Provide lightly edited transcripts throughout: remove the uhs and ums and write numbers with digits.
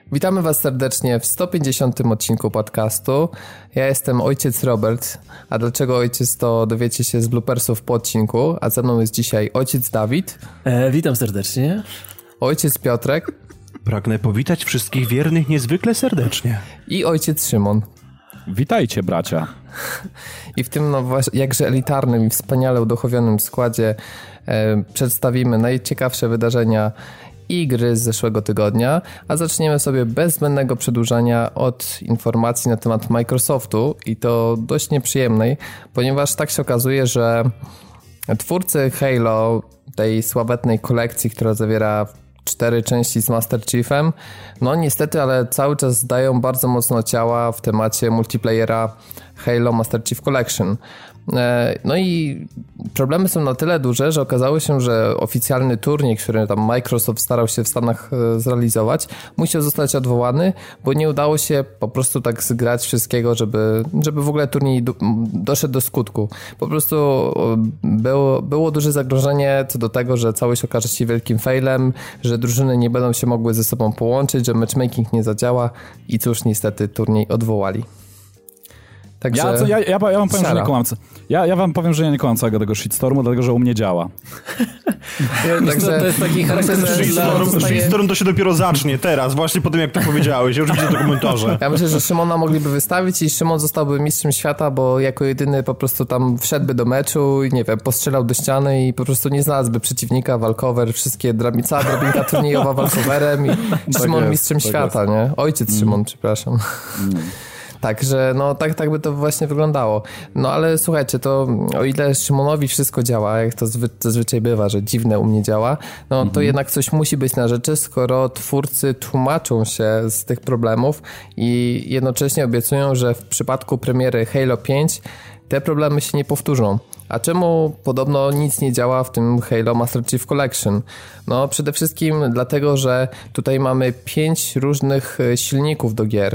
Witamy Was serdecznie w 150. odcinku podcastu. Ja jestem ojciec Robert, a dlaczego ojciec to dowiecie się z bloopersów po odcinku, a ze mną jest dzisiaj ojciec Dawid. Witam serdecznie. Ojciec Piotrek. Pragnę powitać wszystkich wiernych niezwykle serdecznie. I ojciec Szymon. Witajcie, bracia. I w tym jakże elitarnym i wspaniale uduchowionym składzie przedstawimy najciekawsze wydarzenia i gry z zeszłego tygodnia, a zaczniemy sobie bez zbędnego przedłużania od informacji na temat Microsoftu i to dość nieprzyjemnej, ponieważ tak się okazuje, że twórcy Halo, tej sławetnej kolekcji, która zawiera 4 części z Master Chiefem, no niestety, ale cały czas dają bardzo mocno ciała w temacie multiplayera Halo Master Chief Collection. No i problemy są na tyle duże, że okazało się, że oficjalny turniej, który tam Microsoft starał się w Stanach zrealizować, musiał zostać odwołany, bo nie udało się po prostu tak zgrać wszystkiego, żeby w ogóle turniej doszedł do skutku. Po prostu było duże zagrożenie co do tego, że całość okaże się wielkim failem, że drużyny nie będą się mogły ze sobą połączyć, że matchmaking nie zadziała i cóż, niestety turniej odwołali. Także ja wam powiem, że nie kłamam. Ja wam powiem, że ja nie kłamam całego tego shitstormu, dlatego że u mnie działa. Także to jest taki charakter. Shitstorm to się dopiero zacznie teraz, właśnie po tym jak to powiedziałeś. Ja już widzę te komentarze. Ja myślę, że Szymona mogliby wystawić i Szymon zostałby mistrzem świata, bo jako jedyny po prostu tam wszedłby do meczu i nie wiem, postrzelał do ściany i po prostu nie znalazłby przeciwnika, walkover, cała drabinka turniejowa walkoverem i Szymon mistrzem świata, nie? Ojciec Szymon, przepraszam. Także no tak by to właśnie wyglądało. No ale słuchajcie, to o ile Szymonowi wszystko działa, jak to zazwyczaj bywa, że dziwne u mnie działa, no to jednak coś musi być na rzeczy, skoro twórcy tłumaczą się z tych problemów i jednocześnie obiecują, że w przypadku premiery Halo 5 te problemy się nie powtórzą. A czemu podobno nic nie działa w tym Halo Master Chief Collection? No przede wszystkim dlatego, że tutaj mamy 5 różnych silników do gier,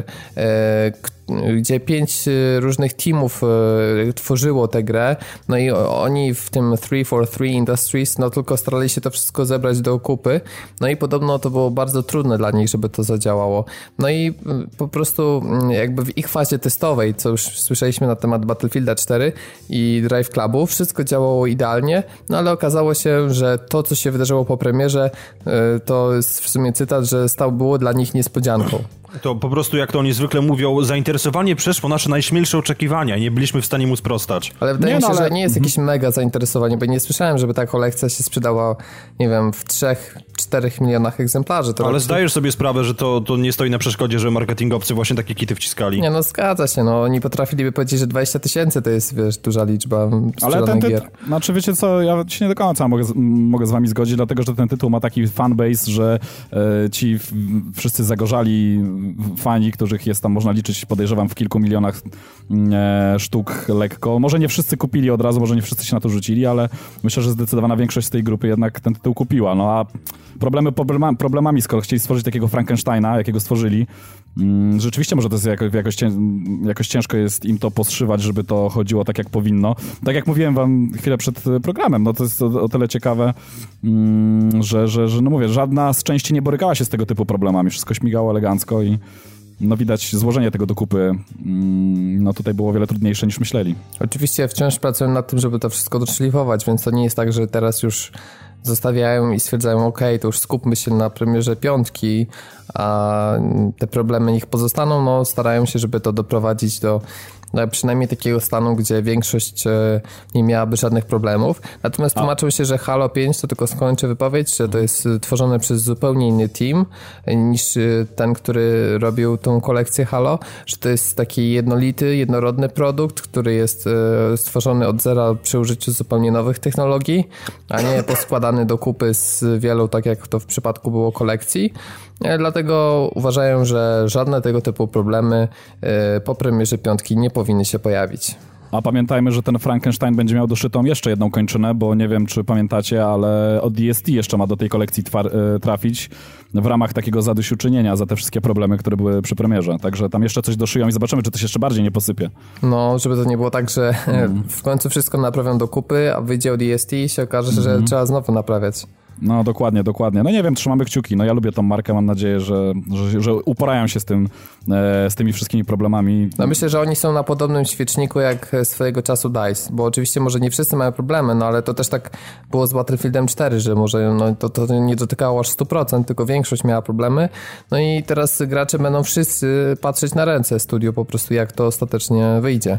gdzie 5 różnych teamów tworzyło tę grę, no i oni w tym 343 Industries no tylko starali się to wszystko zebrać do kupy, no i podobno to było bardzo trudne dla nich, żeby to zadziałało. No i po prostu jakby w ich fazie testowej, co już słyszeliśmy na temat Battlefielda 4 i Drive Clubu, wszystko działało idealnie, no ale okazało się, że to, co się wydarzyło po premierze, to jest w sumie cytat, że było dla nich niespodzianką. To po prostu, jak to oni zwykle mówią, zainteresowanie przeszło nasze najśmielsze oczekiwania. Nie byliśmy w stanie mu sprostać. Ale wydaje mi się, że nie jest jakieś mega zainteresowanie, bo nie słyszałem, żeby ta kolekcja się sprzedała, nie wiem, w 3-4 milionach egzemplarzy. Ale zdajesz sobie sprawę, że to nie stoi na przeszkodzie, że marketingowcy właśnie takie kity wciskali. Nie, no zgadza się, no oni potrafiliby powiedzieć, że 20 000 to jest, wiesz, duża liczba sprzedanych gier. Znaczy, wiecie co, ja się nie do końca mogę z wami zgodzić, dlatego, że ten tytuł ma taki fanbase, że ci wszyscy zagorzali fani, których jest tam, można liczyć, podejrzewam, w kilku milionach sztuk lekko. Może nie wszyscy kupili od razu, może nie wszyscy się na to rzucili, ale myślę, że zdecydowana większość z tej grupy jednak ten tytuł kupiła. No a problemami, skoro chcieli stworzyć takiego Frankensteina, jakiego stworzyli, rzeczywiście może to jest jakoś ciężko jest im to poszywać, żeby to chodziło tak, jak powinno. Tak jak mówiłem wam chwilę przed programem, no to jest o tyle ciekawe, że no mówię, żadna z części nie borykała się z tego typu problemami. Wszystko śmigało elegancko i no widać złożenie tego do kupy, no tutaj było o wiele trudniejsze niż myśleli. Oczywiście wciąż pracują nad tym, żeby to wszystko doszlifować, więc to nie jest tak, że teraz już zostawiają i stwierdzają, okej, to już skupmy się na premierze 5, a te problemy niech pozostaną, no starają się, żeby to doprowadzić do przynajmniej takiego stanu, gdzie większość nie miałaby żadnych problemów. Natomiast tłumaczą się, że Halo 5, to tylko skończę wypowiedź, że to jest tworzone przez zupełnie inny team niż ten, który robił tą kolekcję Halo, że to jest taki jednolity, jednorodny produkt, który jest stworzony od zera przy użyciu zupełnie nowych technologii, a nie poskładany do kupy z wielu, tak jak to w przypadku było kolekcji. Dlatego uważają, że żadne tego typu problemy po premierze 5 nie powinny się pojawić. A pamiętajmy, że ten Frankenstein będzie miał doszytą jeszcze jedną kończynę, bo nie wiem, czy pamiętacie, ale od DST jeszcze ma do tej kolekcji trafić w ramach takiego zadośćuczynienia za te wszystkie problemy, które były przy premierze. Także tam jeszcze coś doszyją i zobaczymy, czy to się jeszcze bardziej nie posypie. No, żeby to nie było tak, że w końcu wszystko naprawią do kupy, a wyjdzie od DST i się okaże, że trzeba znowu naprawiać. No dokładnie. No nie wiem, trzymamy kciuki. No ja lubię tą markę, mam nadzieję, że uporają się z tymi wszystkimi problemami. No myślę, że oni są na podobnym świeczniku jak swojego czasu DICE, bo oczywiście może nie wszyscy mają problemy, no ale to też tak było z Battlefieldem 4, że może no, to nie dotykało aż 100%, tylko większość miała problemy. No i teraz gracze będą wszyscy patrzeć na ręce studiu po prostu, jak to ostatecznie wyjdzie.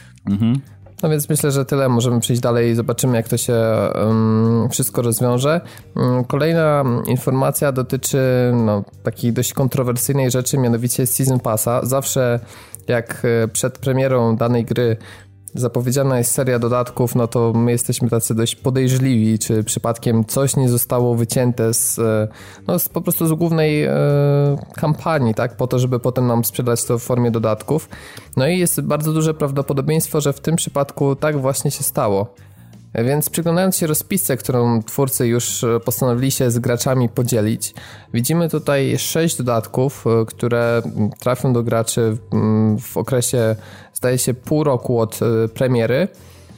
No więc myślę, że tyle. Możemy przejść dalej i zobaczymy, jak to się wszystko rozwiąże. Kolejna informacja dotyczy takiej dość kontrowersyjnej rzeczy, mianowicie Season Passa. Zawsze jak przed premierą danej gry zapowiedziana jest seria dodatków, no to my jesteśmy tacy dość podejrzliwi, czy przypadkiem coś nie zostało wycięte po prostu z głównej kampanii, tak, po to, żeby potem nam sprzedać to w formie dodatków. No i jest bardzo duże prawdopodobieństwo, że w tym przypadku tak właśnie się stało. Więc przyglądając się rozpisce, którą twórcy już postanowili się z graczami podzielić, widzimy tutaj 6 dodatków, które trafią do graczy w okresie, zdaje się, pół roku od premiery.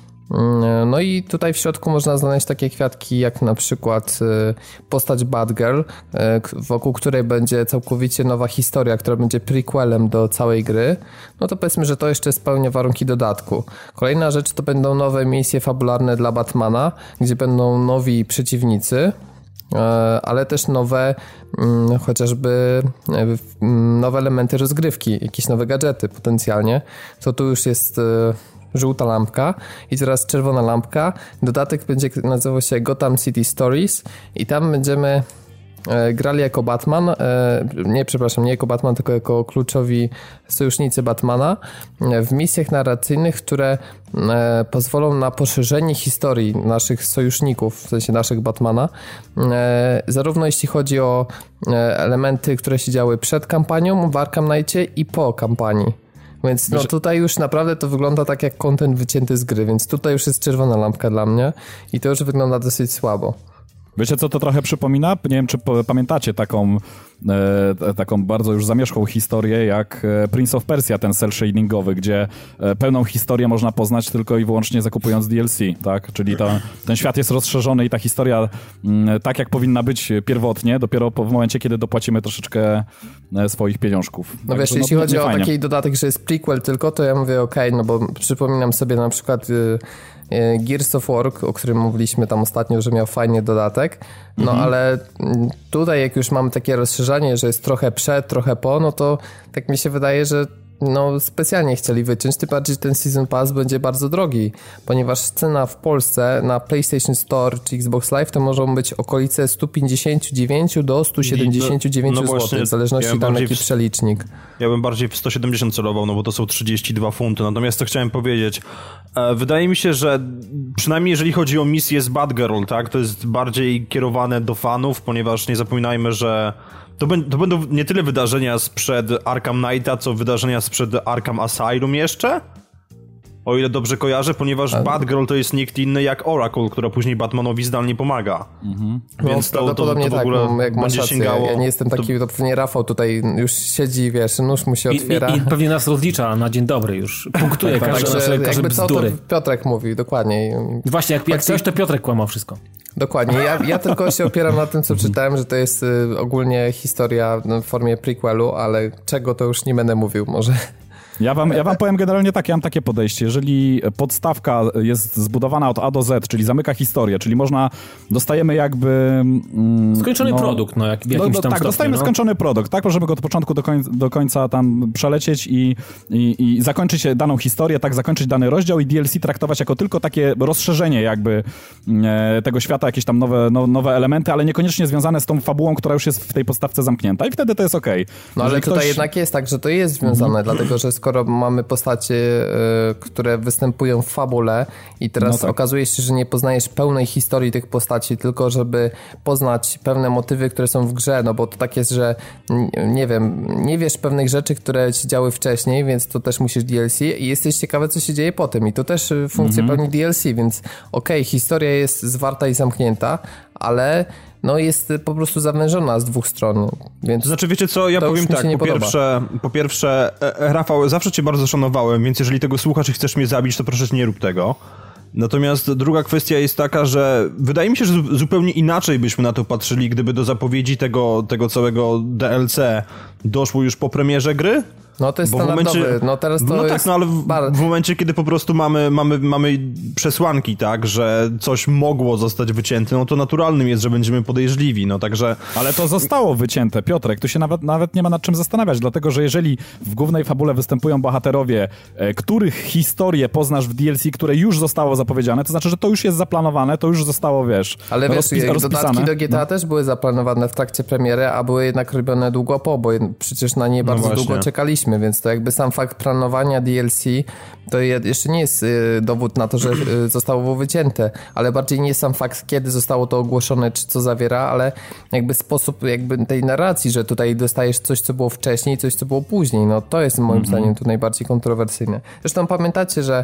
No i tutaj w środku można znaleźć takie kwiatki jak na przykład postać Batgirl, wokół której będzie całkowicie nowa historia, która będzie prequelem do całej gry. No to powiedzmy, że to jeszcze spełnia warunki dodatku. Kolejna rzecz to będą nowe misje fabularne dla Batmana, gdzie będą nowi przeciwnicy, ale też nowe chociażby nowe elementy rozgrywki, jakieś nowe gadżety potencjalnie. To tu już jest żółta lampka i teraz czerwona lampka. Dodatek będzie nazywał się Gotham City Stories i tam będziemy grali jako Batman, nie jako Batman, tylko jako kluczowi sojusznicy Batmana w misjach narracyjnych, które pozwolą na poszerzenie historii naszych sojuszników, w sensie naszych Batmana, zarówno jeśli chodzi o elementy, które się działy przed kampanią w Arkham Knightie i po kampanii. Więc tutaj już naprawdę to wygląda tak jak content wycięty z gry, więc tutaj już jest czerwona lampka dla mnie i to już wygląda dosyć słabo. Wiecie, co to trochę przypomina? Nie wiem, czy pamiętacie taką bardzo już zamierzchłą historię jak Prince of Persia, ten cel shadingowy, gdzie pełną historię można poznać tylko i wyłącznie zakupując DLC, tak? Czyli ten świat jest rozszerzony i ta historia tak jak powinna być pierwotnie, dopiero w momencie, kiedy dopłacimy troszeczkę swoich pieniążków. No wiesz, jeśli chodzi o taki dodatek, że jest prequel tylko, to ja mówię okej, no bo przypominam sobie na przykład Gears of War, o którym mówiliśmy tam ostatnio, że miał fajnie dodatek, ale tutaj jak już mamy takie rozszerzanie, że jest trochę przed, trochę po, no to tak mi się wydaje, że specjalnie chcieli wyciąć, tym bardziej, że ten Season Pass będzie bardzo drogi, ponieważ cena w Polsce na PlayStation Store czy Xbox Live to mogą być okolice 159 do 179 zł, w zależności tam jaki przelicznik. Ja bym bardziej w 170 celował, no bo to są 32 funty, natomiast to chciałem powiedzieć, wydaje mi się, że przynajmniej jeżeli chodzi o misję z Batgirl, tak, to jest bardziej kierowane do fanów, ponieważ nie zapominajmy, że to będą nie tyle wydarzenia sprzed Arkham Knighta, co wydarzenia sprzed Arkham Asylum jeszcze? O ile dobrze kojarzę, ponieważ Batgirl to jest nikt inny jak Oracle, która później Batmanowi zdalnie pomaga. Więc to w ogóle jak będzie sięgało... Ja nie jestem taki, to pewnie Rafał tutaj już siedzi, wiesz, nóż mu się otwiera. I pewnie nas rozlicza na dzień dobry już. Punktuje każdy bzdury. To Piotrek mówi, dokładnie. Właśnie, jak coś, to Piotrek kłamał wszystko. Dokładnie. Ja tylko się opieram na tym, co czytałem, że to jest ogólnie historia w formie prequelu, ale czego to już nie będę mówił może. Ja wam powiem generalnie tak, ja mam takie podejście. Jeżeli podstawka jest zbudowana od A do Z, czyli zamyka historię, czyli dostajemy jakby... skończony produkt, w jakimś tam stopniu. Tak, dostajemy skończony produkt, tak? Możemy go od początku do końca tam przelecieć i zakończyć daną historię, tak? Zakończyć dany rozdział i DLC traktować jako tylko takie rozszerzenie jakby tego świata, jakieś tam nowe elementy, ale niekoniecznie związane z tą fabułą, która już jest w tej podstawce zamknięta i wtedy to jest okej. No ale tutaj jednak jest tak, że to jest związane, dlatego że skoro mamy postacie, które występują w fabule i teraz okazuje się, że nie poznajesz pełnej historii tych postaci, tylko żeby poznać pewne motywy, które są w grze, no bo to tak jest, że nie wiesz pewnych rzeczy, które się działy wcześniej, więc to też musisz DLC i jesteś ciekawy, co się dzieje potem i to też funkcję pełni DLC, więc historia jest zwarta i zamknięta, ale jest po prostu zawężona z dwóch stron. Więc to znaczy, wiecie co, ja powiem tak, po pierwsze, Rafał, zawsze cię bardzo szanowałem, więc jeżeli tego słuchasz i chcesz mnie zabić, to proszę nie rób tego. Natomiast druga kwestia jest taka, że wydaje mi się, że zupełnie inaczej byśmy na to patrzyli, gdyby do zapowiedzi tego całego DLC doszło już po premierze gry. No to jest standardowy, teraz to jest... tak, ale w momencie, kiedy po prostu mamy przesłanki, tak, że coś mogło zostać wycięte, no to naturalnym jest, że będziemy podejrzliwi, no także... Ale to zostało wycięte, Piotrek, tu się nawet nie ma nad czym zastanawiać, dlatego, że jeżeli w głównej fabule występują bohaterowie, których historię poznasz w DLC, które już zostało zapowiedziane, to znaczy, że to już jest zaplanowane, to już zostało, wiesz, ale wiesz, dodatki do GTA też były zaplanowane w trakcie premiery, a były jednak robione długo po, bo przecież na nie bardzo długo czekaliśmy. Więc to jakby sam fakt planowania DLC to jeszcze nie jest dowód na to, że zostało wycięte, ale bardziej nie sam fakt, kiedy zostało to ogłoszone, czy co zawiera, ale jakby sposób jakby tej narracji, że tutaj dostajesz coś, co było wcześniej, coś, co było później. No to jest moim zdaniem tu najbardziej kontrowersyjne. Zresztą pamiętacie, że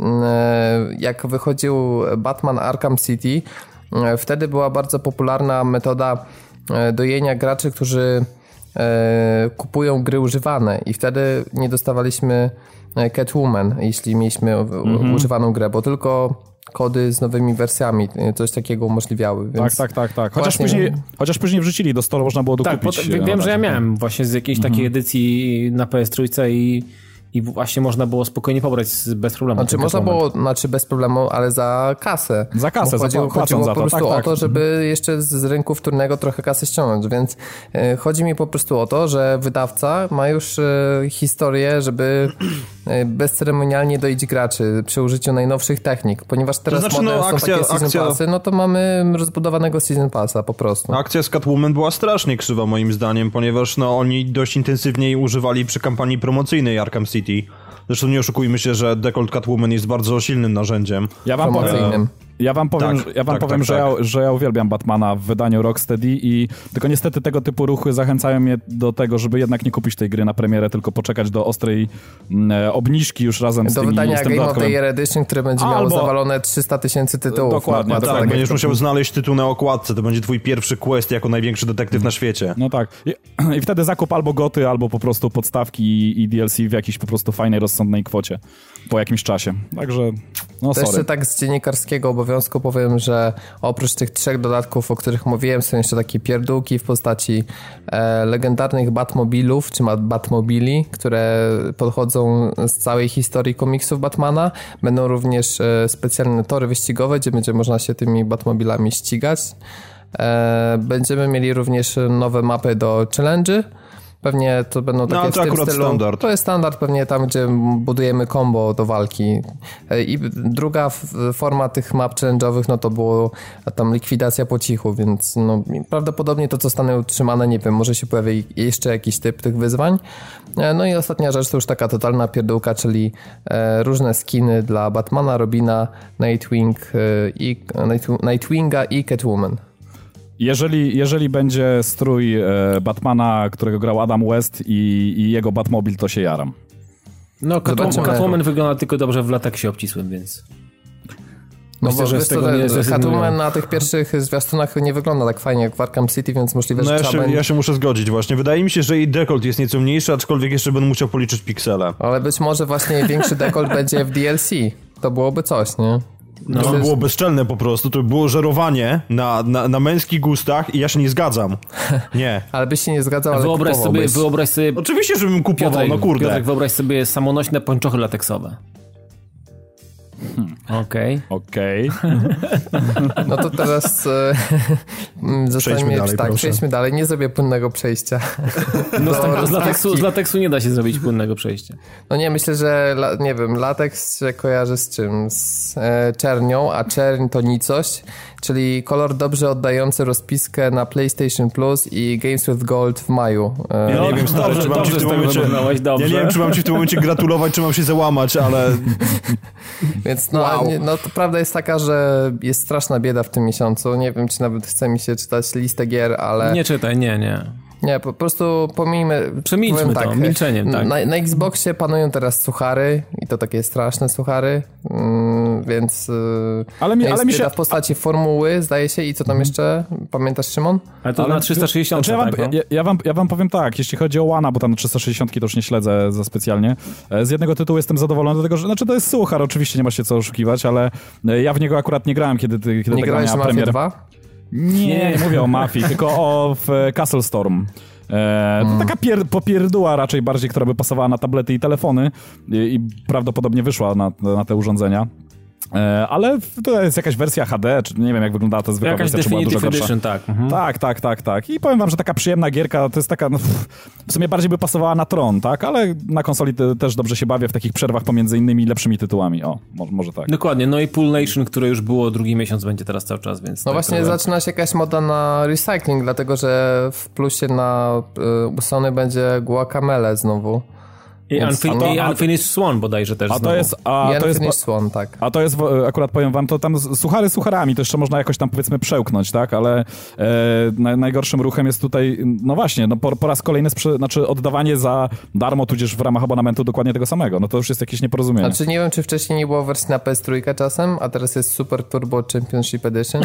jak wychodził Batman Arkham City, wtedy była bardzo popularna metoda dojenia graczy, którzy kupują gry używane i wtedy nie dostawaliśmy Catwoman, jeśli mieliśmy używaną grę, bo tylko kody z nowymi wersjami coś takiego umożliwiały. Więc Tak. Chociaż później wrzucili do storu, można było dokupić. Tak, wiem, że ja miałem właśnie z jakiejś takiej edycji na PS3 i właśnie można było spokojnie pobrać bez problemu. Znaczy bez problemu, ale za kasę. Za kasę, chodziło po prostu o to, żeby jeszcze z rynku wtórnego trochę kasy ściągnąć, więc chodzi mi po prostu o to, że wydawca ma już historię, żeby bezceremonialnie doić graczy przy użyciu najnowszych technik, ponieważ teraz są takie season passy, no to mamy rozbudowanego season passa po prostu. Akcja z Catwoman była strasznie krzywa moim zdaniem, ponieważ oni dość intensywnie jej używali przy kampanii promocyjnej Arkham City. Zresztą nie oszukujmy się, że dekolt Catwoman jest bardzo silnym narzędziem. Ja wam powiem, że ja uwielbiam Batmana w wydaniu Rocksteady i tylko niestety tego typu ruchy zachęcają mnie do tego, żeby jednak nie kupić tej gry na premierę, tylko poczekać do ostrej obniżki już razem z tym wydania Game of the Year Edition, które będzie miało zawalone 300,000 tytułów. Dokładnie. Tak, będziesz musiał znaleźć tytuł na okładce, to będzie twój pierwszy quest jako największy detektyw na świecie. No tak. I wtedy zakup albo goty, albo po prostu podstawki i DLC w jakiejś po prostu fajnej, rozsądnej kwocie po jakimś czasie. Także, sorry. Jeszcze tak z dziennikarskiego obowiązku powiem, że oprócz tych 3 dodatków, o których mówiłem, są jeszcze takie pierdółki w postaci legendarnych Batmobilów, czy Batmobili, które podchodzą z całej historii komiksów Batmana. Będą również specjalne tory wyścigowe, gdzie będzie można się tymi Batmobilami ścigać. Będziemy mieli również nowe mapy do challenge'y. Pewnie to będą takie w tym stylu. Standard. To jest standard pewnie tam, gdzie budujemy combo do walki. I druga forma tych map challenge'owych, no to było tam likwidacja po cichu, więc prawdopodobnie to, co zostanie utrzymane, nie wiem, może się pojawi jeszcze jakiś typ tych wyzwań. No i ostatnia rzecz to już taka totalna pierdółka, czyli różne skiny dla Batmana, Robina, Nightwinga i Catwoman. Jeżeli będzie strój Batmana, którego grał Adam West i jego Batmobil, to się jaram. No, Catwoman wygląda tylko dobrze w lateksie obcisłym, więc... Myślę, że Catwoman na tych pierwszych zwiastunach nie wygląda tak fajnie jak w Arkham City, więc możliwe, że ja się muszę zgodzić właśnie. Wydaje mi się, że jej dekolt jest nieco mniejszy, aczkolwiek jeszcze będę musiał policzyć piksele. Ale być może właśnie większy dekolt będzie w DLC. To byłoby coś, nie? To by było bezczelne po prostu, to by było żerowanie na męskich gustach i ja się nie zgadzam. Nie. Ale byś się nie zgadzał, ale wyobraź sobie... Oczywiście, żebym kupował, Piotrek, wyobraź sobie samonośne pończochy lateksowe. Okej. No to teraz przejdźmy dalej. Nie zrobię płynnego przejścia. Z lateksu nie da się zrobić płynnego przejścia. No nie, myślę, że lateks się kojarzy z czym? Z czernią, a czerń to nicość, czyli kolor dobrze oddający rozpiskę na PlayStation Plus i Games with Gold w maju. Ja nie wiem, stary, czy mam ci w tym momencie... Ja nie wiem, czy mam ci w tym momencie gratulować, czy mam się załamać, ale... Więc to prawda jest taka, że jest straszna bieda w tym miesiącu. Nie wiem, czy nawet chce mi się czytać listę gier, ale... Nie czytaj, nie. Nie, po prostu Przemilczmy powiem to, milczeniem, tak. Na Xboxie panują teraz suchary i to takie straszne suchary, więc ale mi się... w postaci formuły, zdaje się, i co tam jeszcze? Pamiętasz, Szymon? Ale to na 360, ja wam powiem tak, jeśli chodzi o One'a, bo tam na 360 to już nie śledzę za specjalnie, z jednego tytułu jestem zadowolony, dlatego że to jest suchar, oczywiście nie ma się co oszukiwać, ale ja w niego akurat nie grałem, kiedy nie ta gra miała premierę. 2? Nie mówię o Mafii, tylko w Castle Storm. To taka popierduła raczej bardziej, która by pasowała na tablety i telefony i prawdopodobnie wyszła na te urządzenia. Ale to jest jakaś wersja HD, czy nie wiem jak wyglądała ta zwykła wersja, czy była dużo gorsza. Edition, tak. Tak. I powiem wam, że taka przyjemna gierka, to jest taka, w sumie bardziej by pasowała na Tron, tak? Ale na konsoli też dobrze się bawię w takich przerwach pomiędzy innymi lepszymi tytułami. O, może tak. Dokładnie, no i Pool Nation, które już było drugi miesiąc, będzie teraz cały czas, więc... No właśnie zaczyna się jakaś moda na recycling, dlatego że w plusie na Sony będzie Guacamele znowu. I Unfinished Swan bodajże też Unfinished Swan, tak. A to jest, akurat powiem wam, to tam suchary sucharami, to jeszcze można jakoś tam powiedzmy przełknąć, tak? Ale najgorszym ruchem jest tutaj, no właśnie, no po raz kolejny oddawanie za darmo, tudzież w ramach abonamentu dokładnie tego samego. No to już jest jakieś nieporozumienie. Znaczy nie wiem, czy wcześniej nie było wersji na PS3 czasem, a teraz jest Super Turbo Championship Edition.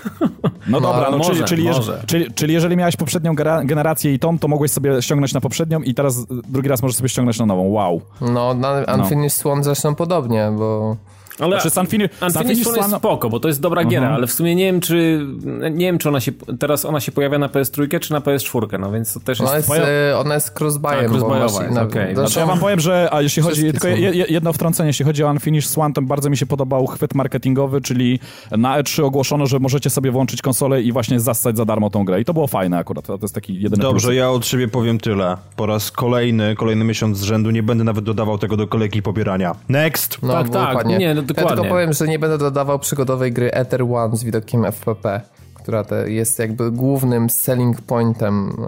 No dobra, no czyli jeżeli miałeś poprzednią generację i to mogłeś sobie ściągnąć na poprzednią i teraz drugi raz możesz sobie ściągnąć na nową. Wow. No, na Unfinished Swan zresztą podobnie, bo... Ale Unfinished Swan jest spoko, bo to jest dobra giera, ale w sumie nie wiem, czy ona się pojawia na PS3 czy na PS4, no więc to też jest... Ona jest cross-buyem. Okay. Znaczy ja wam powiem, że jeśli chodzi, tylko jedno wtrącenie, jeśli chodzi o Unfinished Swan, to bardzo mi się podobał chwyt marketingowy, czyli na E3 ogłoszono, że możecie sobie włączyć konsolę i właśnie zassać za darmo tą grę i to było fajne akurat, to jest taki jedyny Dobrze, plus. ja od siebie powiem tyle. Po raz kolejny miesiąc z rzędu nie będę nawet dodawał tego do kolejki pobierania. Next! No, tak, nie, no dokładnie. Ja tylko powiem, że nie będę dodawał przygodowej gry Ether One z widokiem FPP, która jest jakby głównym selling pointem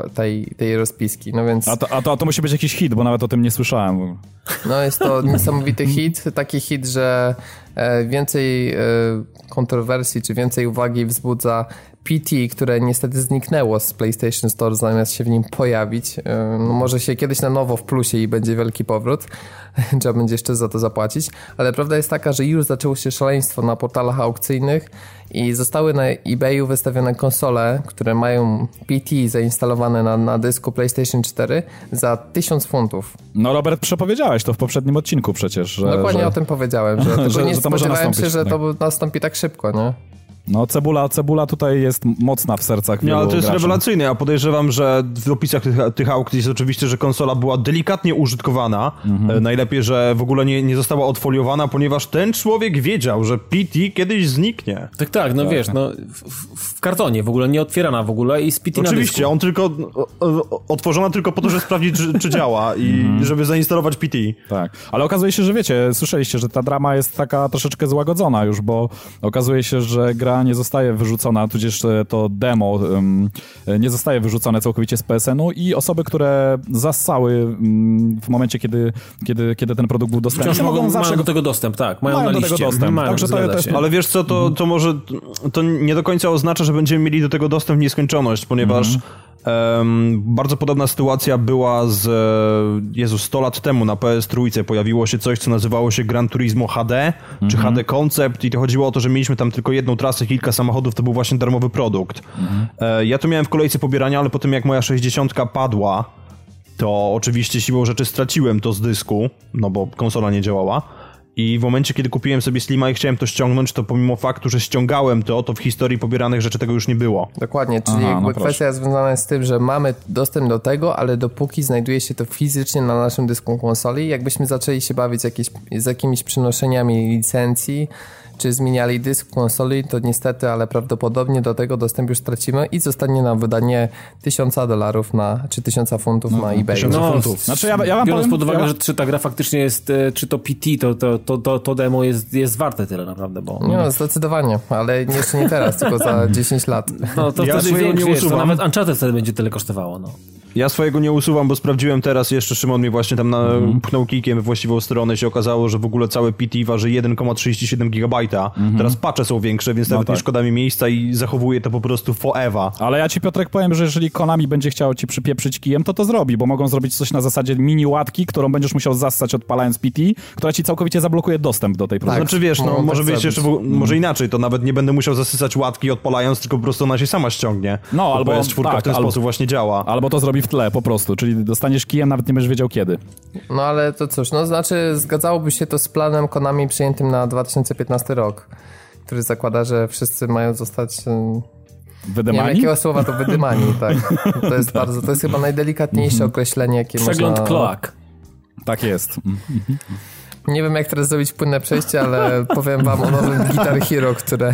tej rozpiski, no więc... A to musi być jakiś hit, bo nawet o tym nie słyszałem. No jest to niesamowity hit, taki hit, że więcej kontrowersji, czy więcej uwagi wzbudza PT, które niestety zniknęło z PlayStation Store, zamiast się w nim pojawić. No może się kiedyś na nowo w plusie i będzie wielki powrót. Trzeba będzie jeszcze za to zapłacić. Ale prawda jest taka, że już zaczęło się szaleństwo na portalach aukcyjnych i zostały na eBayu wystawione konsole, które mają PT zainstalowane na dysku PlayStation 4 za 1000 funtów. No Robert, przepowiedziałeś to w poprzednim odcinku przecież. Że, Dokładnie o tym powiedziałem, że tylko nie spodziewałem się, że to nastąpi tak szybko, nie? No cebula tutaj jest mocna w sercach wielu ale to jest graczy. rewelacyjne. Ja podejrzewam, że w opisach tych aukcji jest oczywiście, że konsola była delikatnie użytkowana. Najlepiej, że w ogóle nie została odfoliowana, ponieważ ten człowiek wiedział, że PT kiedyś zniknie. Tak, no wiesz, no w kartonie w ogóle, nie otwierana w ogóle i z PT na Oczywiście, dysku. on tylko otworzona tylko po to, żeby sprawdzić, czy działa i żeby zainstalować PT. Tak, ale okazuje się, że wiecie, słyszeliście, że ta drama jest taka troszeczkę złagodzona już, bo okazuje się, że gra nie zostaje wyrzucona, tudzież to demo nie zostaje wyrzucone całkowicie z PSN-u i osoby, które zassały w momencie, kiedy ten produkt był dostępny, wciąż mają do tego dostęp, tak, mają na do liście. tego dostęp. Także to jest... Ale wiesz co, to może to nie do końca oznacza, że będziemy mieli do tego dostęp w nieskończoność, ponieważ bardzo podobna sytuacja była 100 lat temu na PS3 pojawiło się coś, co nazywało się Gran Turismo HD, czy HD Concept i to chodziło o to, że mieliśmy tam tylko jedną trasę, kilka samochodów, to był właśnie darmowy produkt. Ja to miałem w kolejce pobierania, ale po tym jak moja 60 padła, to oczywiście siłą rzeczy straciłem to z dysku, no bo konsola nie działała. I w momencie, kiedy kupiłem sobie Slima i chciałem to ściągnąć, to pomimo faktu, że ściągałem to w historii pobieranych rzeczy tego już nie było. Dokładnie, czyli kwestia związana jest z tym, że mamy dostęp do tego, ale dopóki znajduje się to fizycznie na naszym dysku konsoli, jakbyśmy zaczęli się bawić z jakimiś przenoszeniami licencji, czy zmieniali dysk konsoli, to niestety, ale prawdopodobnie do tego dostęp już stracimy i zostanie nam wydanie $1000 czy 1000 funtów na eBay. Znaczy ja wam biorąc powiem, pod uwagę, że czy ta gra faktycznie jest, czy to PT, to demo jest warte tyle naprawdę, bo... No, zdecydowanie, ale jeszcze nie teraz, tylko za 10 lat. No to ja wtedy swojego nie to usuwam. nawet Uncharted wtedy będzie tyle kosztowało, no. Ja swojego nie usuwam, bo sprawdziłem teraz jeszcze, Szymon mnie właśnie tam pchnął kijkiem we właściwą stronę, się okazało, że w ogóle całe PT waży 1,37 GB. Teraz patche są większe, więc nawet nie szkoda mi miejsca i zachowuję to po prostu forever. Ale ja ci, Piotrek, powiem, że jeżeli Konami będzie chciał ci przypieprzyć kijem, to zrobi, bo mogą zrobić coś na zasadzie mini łatki, którą będziesz musiał zassać odpalając PT, która ci całkowicie zablokuje dostęp do tej produkcji. Znaczy wiesz, no może być jeszcze, może inaczej, to nawet nie będę musiał zasysać łatki odpalając, tylko po prostu ona się sama ściągnie. No, albo PS4 w ten sposób właśnie działa. Albo to zrobi w tle po prostu, czyli dostaniesz kijem, nawet nie będziesz wiedział kiedy. No ale to cóż, no znaczy zgadzałoby się to z planem Konami przyjętym na 2015 rok, który zakłada, że wszyscy mają zostać... Wydymani? Nie wiem, jakiego słowa to wydymani, tak. To jest chyba najdelikatniejsze określenie, jakie Przegląd kloak. Tak jest. Nie wiem, jak teraz zrobić płynne przejście, ale powiem wam o nowym Guitar Hero,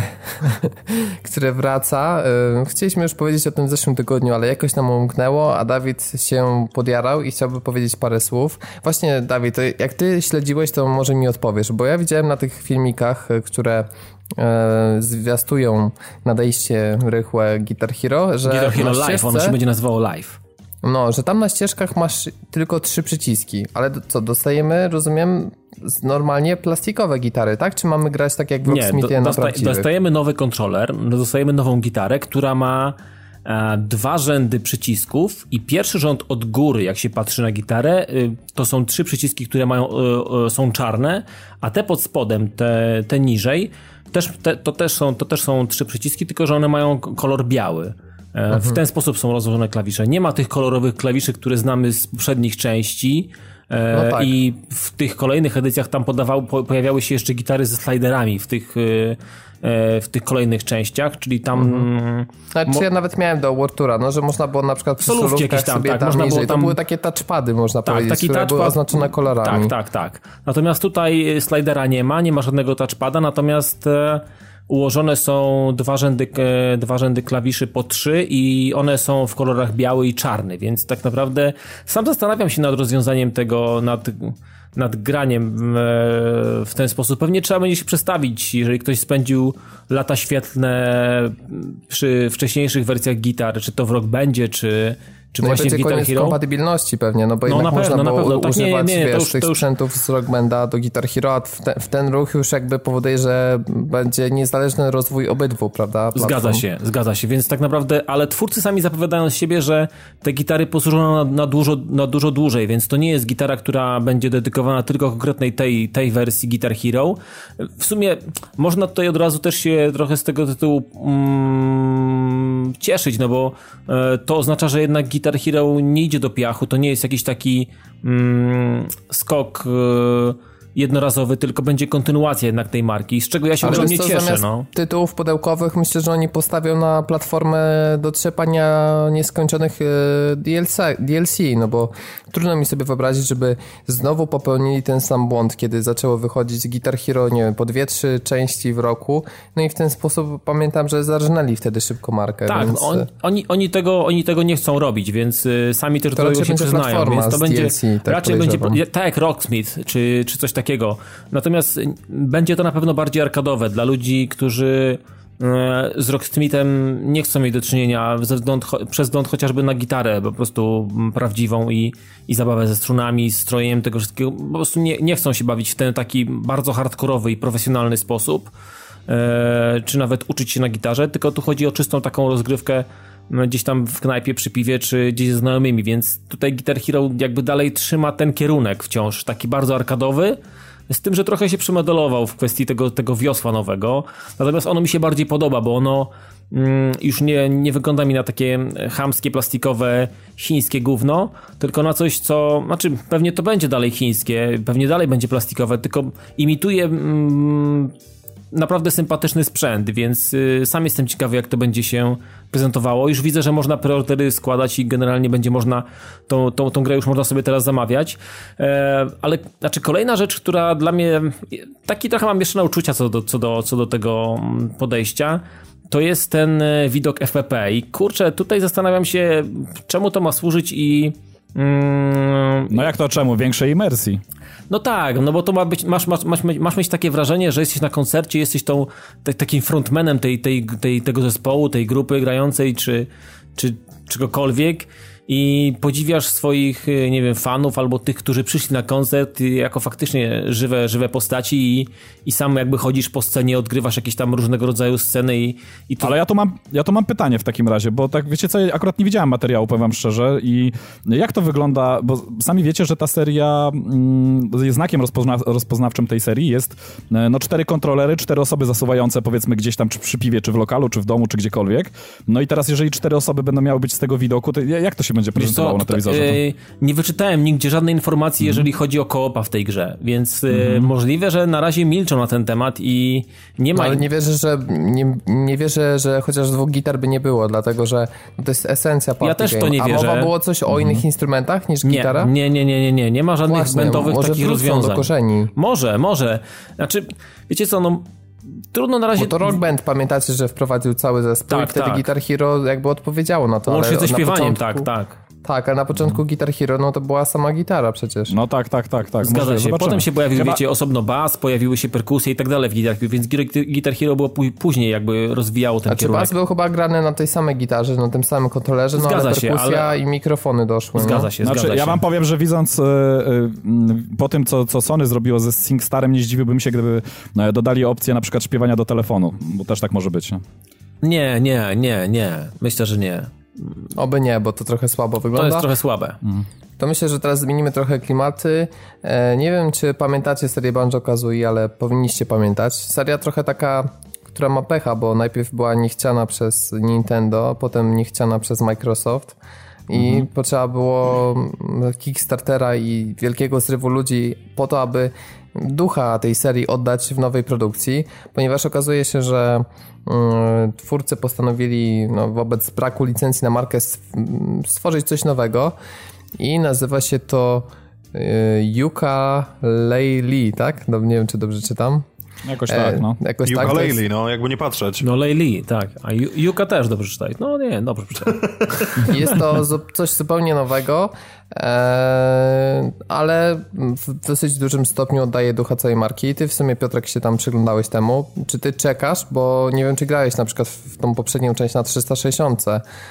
które wraca. Chcieliśmy już powiedzieć o tym w zeszłym tygodniu, ale jakoś nam umknęło, a Dawid się podjarał i chciałby powiedzieć parę słów. Właśnie, Dawid, jak ty śledziłeś, to może mi odpowiesz, bo ja widziałem na tych filmikach, które zwiastują nadejście rychłe Guitar Hero, że Guitar Hero Live, ono się będzie nazywało Live. No, że tam na ścieżkach masz tylko 3 przyciski, ale co, dostajemy, rozumiem, normalnie plastikowe gitary, tak? Czy mamy grać tak jak w Rocksmithie na prawdziwych? Dostajemy nowy kontroler, dostajemy nową gitarę, która ma 2 rzędy przycisków i pierwszy rząd od góry, jak się patrzy na gitarę, to są 3 przyciski, które są czarne, a te pod spodem, te niżej, to też są 3 przyciski, tylko że one mają kolor biały. W ten sposób są rozłożone klawisze. Nie ma tych kolorowych klawiszy, które znamy z poprzednich części. No tak. I w tych kolejnych edycjach tam pojawiały się jeszcze gitary ze sliderami w tych kolejnych częściach, czyli tam... Znaczy ja nawet miałem do World Toura, no, że można było na przykład w solówkach sobie tak, tam niżej. To były takie touchpady, można powiedzieć, które były oznaczone kolorami. Tak. Natomiast tutaj slidera nie ma żadnego touchpada, natomiast... Ułożone są 2 rzędy klawiszy po 3 i one są w kolorach biały i czarny, więc tak naprawdę sam zastanawiam się nad rozwiązaniem tego, nad graniem w ten sposób. Pewnie trzeba będzie się przestawić, jeżeli ktoś spędził lata świetlne przy wcześniejszych wersjach gitar, czy to w Rock Bandzie, czy właśnie w Guitar Hero. Kompatybilności pewnie, no bo jednak można było używać tych sprzętów z Rock Banda do Guitar Hero, a w ten ruch już jakby powoduje, że będzie niezależny rozwój obydwu, prawda? Platform. Zgadza się, więc tak naprawdę, ale twórcy sami zapowiadają z siebie, że te gitary posłużą na dużo dłużej, więc to nie jest gitara, która będzie dedykowana tylko konkretnej tej wersji Guitar Hero. W sumie można tutaj od razu też się trochę z tego tytułu cieszyć, no bo to oznacza, że jednak Guitar Hero nie idzie do piachu, to nie jest jakiś taki skok jednorazowy, tylko będzie kontynuacja jednak tej marki, z czego ja się ogromnie cieszę. No. Tytułów pudełkowych myślę, że oni postawią na platformę do trzepania nieskończonych DLC, no bo trudno mi sobie wyobrazić, żeby znowu popełnili ten sam błąd, kiedy zaczęło wychodzić Guitar Hero, nie wiem, po 2-3 części w roku, no i w ten sposób pamiętam, że zarżnęli wtedy szybko markę. Tak, więc... oni tego nie chcą robić, więc sami też do tego się przyznają, więc to będzie DLC, raczej będzie tak jak Rocksmith, czy coś takiego. Natomiast będzie to na pewno bardziej arkadowe dla ludzi, którzy z Rocksmithem nie chcą mieć do czynienia przez wzgląd chociażby na gitarę po prostu prawdziwą i zabawę ze strunami, strojem tego wszystkiego. Po prostu nie chcą się bawić w ten taki bardzo hardkorowy i profesjonalny sposób, czy nawet uczyć się na gitarze, tylko tu chodzi o czystą taką rozgrywkę gdzieś tam w knajpie przy piwie, czy gdzieś ze znajomymi, więc tutaj Guitar Hero jakby dalej trzyma ten kierunek wciąż, taki bardzo arkadowy, z tym, że trochę się przemodelował w kwestii tego wiosła nowego, natomiast ono mi się bardziej podoba, bo ono już nie wygląda mi na takie chamskie, plastikowe, chińskie gówno, tylko na coś, co, znaczy pewnie to będzie dalej chińskie, pewnie dalej będzie plastikowe, tylko imituje naprawdę sympatyczny sprzęt, więc sam jestem ciekawy, jak to będzie się prezentowało. Już widzę, że można preordery składać i generalnie będzie można tą grę już można sobie teraz zamawiać. Ale znaczy kolejna rzecz, która dla mnie taki trochę mam mieszane uczucia co do tego podejścia, to jest ten widok FPP i kurczę, tutaj zastanawiam się, czemu to ma służyć i no jak to czemu? Większej imersji. No tak, no bo to ma być, masz mieć takie wrażenie, że jesteś na koncercie, jesteś takim frontmanem tego zespołu, tej grupy grającej, czy czegokolwiek i podziwiasz swoich, nie wiem, fanów albo tych, którzy przyszli na koncert jako faktycznie żywe postaci i sam jakby chodzisz po scenie, odgrywasz jakieś tam różnego rodzaju sceny i to... Ale ja tu mam pytanie w takim razie, bo tak wiecie co, ja akurat nie widziałem materiału, powiem wam szczerze, i jak to wygląda, bo sami wiecie, że ta seria, znakiem rozpoznawczym tej serii jest 4 kontrolery, 4 osoby zasuwające powiedzmy gdzieś tam czy przy piwie, czy w lokalu, czy w domu, czy gdziekolwiek. No i teraz jeżeli 4 osoby będą miały być z tego widoku, to jak to się będzie prezentowało na telewizorze? Nie wyczytałem nigdzie żadnej informacji, jeżeli chodzi o koopa w tej grze, więc możliwe, że na razie milczą na ten temat i nie ma... Ale nie wierzę, że chociaż 2 gitar by nie było, dlatego że to jest esencja party. Ja też game. to nie wierzę. A mowa było coś o innych instrumentach niż gitara? Nie ma żadnych bandowych takich rozwiązań. Do korzeni. Może. Znaczy, wiecie co, trudno na razie... Bo to Rock Band, pamiętacie, że wprowadził cały zespół i wtedy Guitar Hero jakby odpowiedziało na to. Łącznie ze śpiewaniem, tak. Tak, a na początku Guitar Hero, to była sama gitara przecież. No tak. Zgadza się. Potem się pojawił, wiecie, osobno bas, pojawiły się perkusje i tak dalej w Guitar Hero, więc Guitar Hero było później jakby rozwijało ten kierunek. Bas był chyba grany na tej samej gitarze, na tym samym kontrolerze, ale perkusja i mikrofony doszły. Zgadza się. Ja wam powiem, że widząc po tym, co Sony zrobiło ze SingStarem, nie zdziwiłbym się, gdyby dodali opcję na przykład śpiewania do telefonu, bo też tak może być. Nie. Myślę, że nie. Oby nie, bo to trochę słabo wygląda. To jest trochę słabe. To myślę, że teraz zmienimy trochę klimaty. Nie wiem, czy pamiętacie serię Banjo-Kazooie, ale powinniście pamiętać. Seria trochę taka, która ma pecha, bo najpierw była niechciana przez Nintendo, potem niechciana przez Microsoft i potrzeba było Kickstartera i wielkiego zrywu ludzi po to, aby ducha tej serii oddać w nowej produkcji, ponieważ okazuje się, że twórcy postanowili wobec braku licencji na markę stworzyć coś nowego i nazywa się to Yooka-Laylee, tak? Nie wiem, czy dobrze czytam. Jakoś tak, Jakoś Yooka-Laylee, jakby nie patrzeć. Laylee, tak. A Yuka też dobrze czytaj. Dobrze czytaj. Jest to coś zupełnie nowego, ale w dosyć dużym stopniu oddaje ducha całej marki. Ty w sumie, Piotrek, się tam przyglądałeś temu. Czy ty czekasz? Bo nie wiem, czy grałeś na przykład w tą poprzednią część na 360,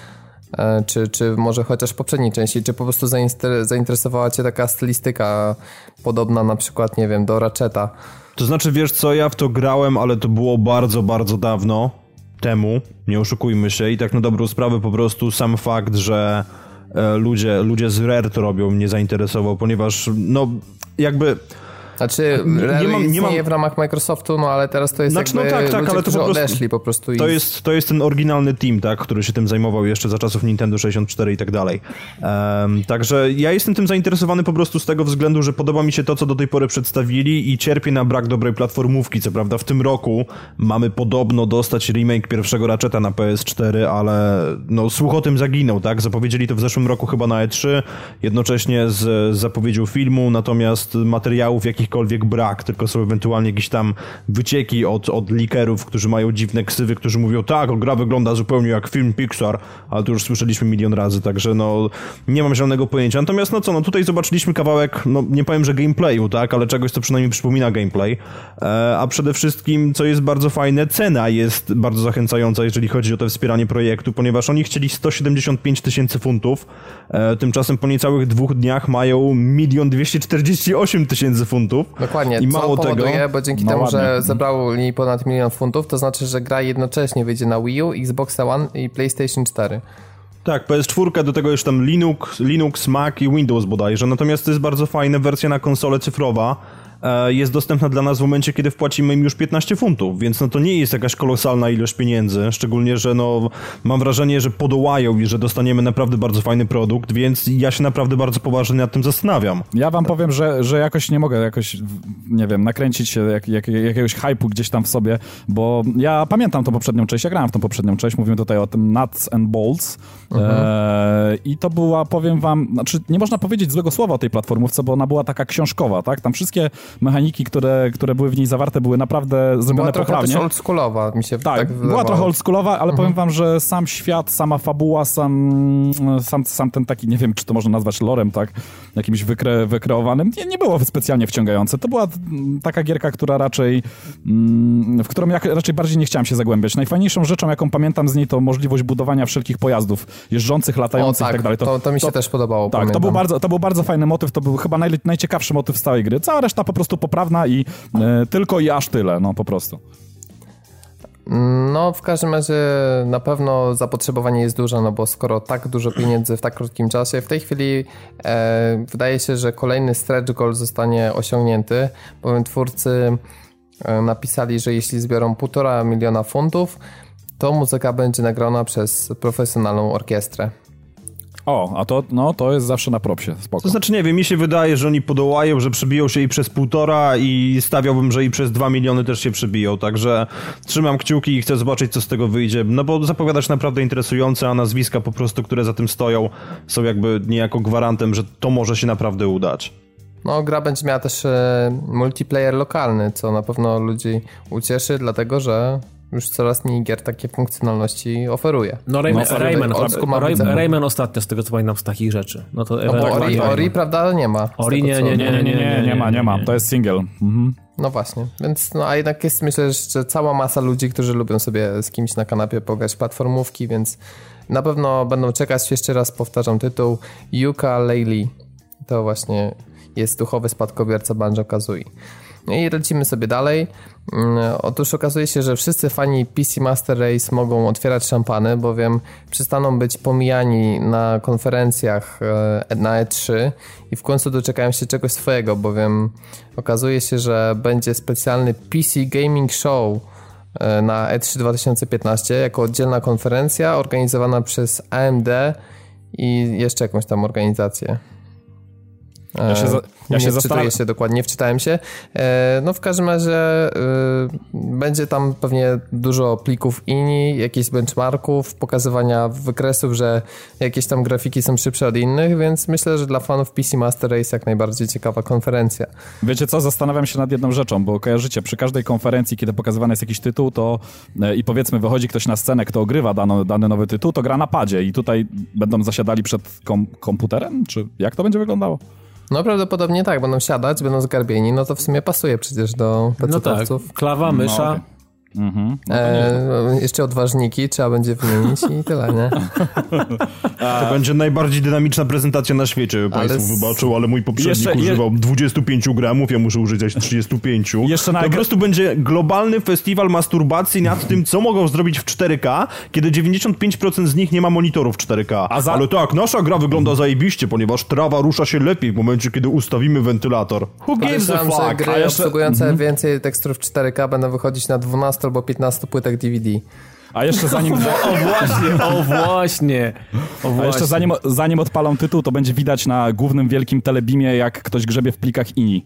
czy może chociaż w poprzedniej części, czy po prostu zainteresowała cię taka stylistyka podobna na przykład, nie wiem, do Ratcheta? To znaczy, wiesz co, ja w to grałem, ale to było bardzo, bardzo dawno temu, nie oszukujmy się, i tak na dobrą sprawę po prostu sam fakt, że ludzie z Rare to robią, mnie zainteresował, ponieważ jakby... Znaczy, nie mam w ramach Microsoftu, ale teraz to jest ludzie, ale którzy odeszli po prostu. To jest ten oryginalny team, tak, który się tym zajmował jeszcze za czasów Nintendo 64 i tak dalej. Także ja jestem tym zainteresowany po prostu z tego względu, że podoba mi się to, co do tej pory przedstawili i cierpię na brak dobrej platformówki. Co prawda w tym roku mamy podobno dostać remake pierwszego Ratcheta na PS4, ale słuch o tym zaginął, tak? Zapowiedzieli to w zeszłym roku chyba na E3, jednocześnie z zapowiedzią filmu, natomiast materiałów jakichkolwiek brak, tylko są ewentualnie jakieś tam wycieki od leakerów, którzy mają dziwne ksywy, którzy mówią, tak, gra wygląda zupełnie jak film Pixar, ale to już słyszeliśmy milion razy, także nie mam żadnego pojęcia. Natomiast tutaj zobaczyliśmy kawałek, nie powiem, że gameplayu, tak, ale czegoś, co przynajmniej przypomina gameplay, a przede wszystkim, co jest bardzo fajne, cena jest bardzo zachęcająca, jeżeli chodzi o to wspieranie projektu, ponieważ oni chcieli 175 000 funtów, tymczasem po niecałych 2 dniach mają 1 248 000 funtów. Dokładnie, i mało co powoduje, tego, bo dzięki temu, że zebrali ponad 1 000 000 funtów, to znaczy, że gra jednocześnie wyjdzie na Wii U, Xbox One i PlayStation 4. Tak, PS4, do tego już tam Linux, Mac i Windows bodajże, natomiast to jest bardzo fajna wersja na konsolę cyfrowa. Jest dostępna dla nas w momencie, kiedy wpłacimy im już 15 funtów, więc to nie jest jakaś kolosalna ilość pieniędzy, szczególnie, że mam wrażenie, że podołają i że dostaniemy naprawdę bardzo fajny produkt, więc ja się naprawdę bardzo poważnie nad tym zastanawiam. Ja wam powiem, że jakoś nie mogę nie wiem, nakręcić się jakiegoś hype'u gdzieś tam w sobie, bo ja pamiętam tą poprzednią część, ja grałem w tą poprzednią część, mówimy tutaj o tym Nuts and Bolts i to była, powiem wam, znaczy nie można powiedzieć złego słowa o tej platformówce, bo ona była taka książkowa, tak? Tam wszystkie mechaniki, które były w niej zawarte, były naprawdę zrobione poprawnie. Była trochę oldschoolowa, mi się tak wydawało. Była trochę oldschoolowa, ale powiem wam, że sam świat, sama fabuła, sam ten taki, nie wiem, czy to można nazwać lorem, tak, jakimś wykreowanym, nie było specjalnie wciągające. To była taka gierka, która w którą ja raczej bardziej nie chciałem się zagłębiać. Najfajniejszą rzeczą, jaką pamiętam z niej, to możliwość budowania wszelkich pojazdów jeżdżących, latających i tak dalej. To mi się też podobało. Tak, to był bardzo fajny motyw, to był chyba najciekawszy motyw z całej gry. Cała reszta po prostu poprawna i tylko i aż tyle, no po prostu. No, w każdym razie na pewno zapotrzebowanie jest duże, no bo skoro tak dużo pieniędzy w tak krótkim czasie, w tej chwili wydaje się, że kolejny stretch goal zostanie osiągnięty, bowiem twórcy napisali, że jeśli zbiorą 1,5 miliona funtów, to muzyka będzie nagrana przez profesjonalną orkiestrę. A to jest zawsze na propsie, spoko. To znaczy, nie wiem, mi się wydaje, że oni podołają, że przebiją się i przez 1,5 i stawiałbym, że i przez 2 miliony też się przebiją, także trzymam kciuki i chcę zobaczyć, co z tego wyjdzie, no bo zapowiada się naprawdę interesujące, a nazwiska po prostu, które za tym stoją, są jakby niejako gwarantem, że to może się naprawdę udać. No, gra będzie miała też multiplayer lokalny, co na pewno ludzi ucieszy, dlatego że już coraz mniej gier takie funkcjonalności oferuje. No Rayman ostatnio, z tego co pamiętam, z takich rzeczy. No to Ori, prawda, nie ma. Ori nie ma. To jest single. Mhm. No właśnie, więc a jednak jest, myślę, że cała masa ludzi, którzy lubią sobie z kimś na kanapie pograć platformówki, więc na pewno będą czekać. Jeszcze raz powtarzam tytuł Yooka-Laylee. To właśnie jest duchowy spadkobierca Banjo-Kazooie. I lecimy sobie dalej. Otóż okazuje się, że wszyscy fani PC Master Race mogą otwierać szampany, bowiem przestaną być pomijani na konferencjach na E3 i w końcu doczekają się czegoś swojego, bowiem okazuje się, że będzie specjalny PC Gaming Show na E3 2015 jako oddzielna konferencja organizowana przez AMD i jeszcze jakąś tam organizację. Ja się zastanawiam się dokładnie, nie wczytałem się. No w każdym razie będzie tam pewnie dużo plików INI, jakichś benchmarków, pokazywania wykresów, że jakieś tam grafiki są szybsze od innych, więc myślę, że dla fanów PC Master Race jak najbardziej ciekawa konferencja. Wiecie co, zastanawiam się nad jedną rzeczą, bo kojarzycie, przy każdej konferencji, kiedy pokazywany jest jakiś tytuł, to i powiedzmy wychodzi ktoś na scenę, kto ogrywa dany nowy tytuł, to gra na padzie i tutaj będą zasiadali przed komputerem? Czy jak to będzie wyglądało? No prawdopodobnie tak, będą siadać, będą zgarbieni, no to w sumie pasuje przecież do PC-towców. No tak, klawa, mysza. No, okay. Jeszcze odważniki trzeba będzie wymienić i tyle, nie? To będzie najbardziej dynamiczna prezentacja na świecie. Państwu wybaczył, ale mój poprzednik używał 25 gramów, ja muszę użyć 35. To po prostu będzie globalny festiwal masturbacji nad tym, co mogą zrobić w 4K, kiedy 95% z nich nie ma monitorów 4K. Ale tak, nasza gra wygląda zajebiście, ponieważ trawa rusza się lepiej w momencie, kiedy ustawimy wentylator. Who gives a fuck? Że gry obsługujące więcej tekstur w 4K będą wychodzić na 12 albo 15 płytach DVD. A jeszcze zanim... O właśnie. A jeszcze zanim odpalą tytuł, to będzie widać na głównym wielkim telebimie, jak ktoś grzebie w plikach INI.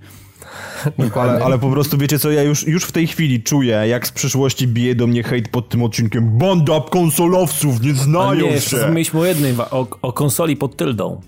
Ale po prostu wiecie co, ja już w tej chwili czuję, jak z przyszłości bije do mnie hejt pod tym odcinkiem. Banda konsolowców, nie znają się. Mieliśmy o konsoli pod tyldą.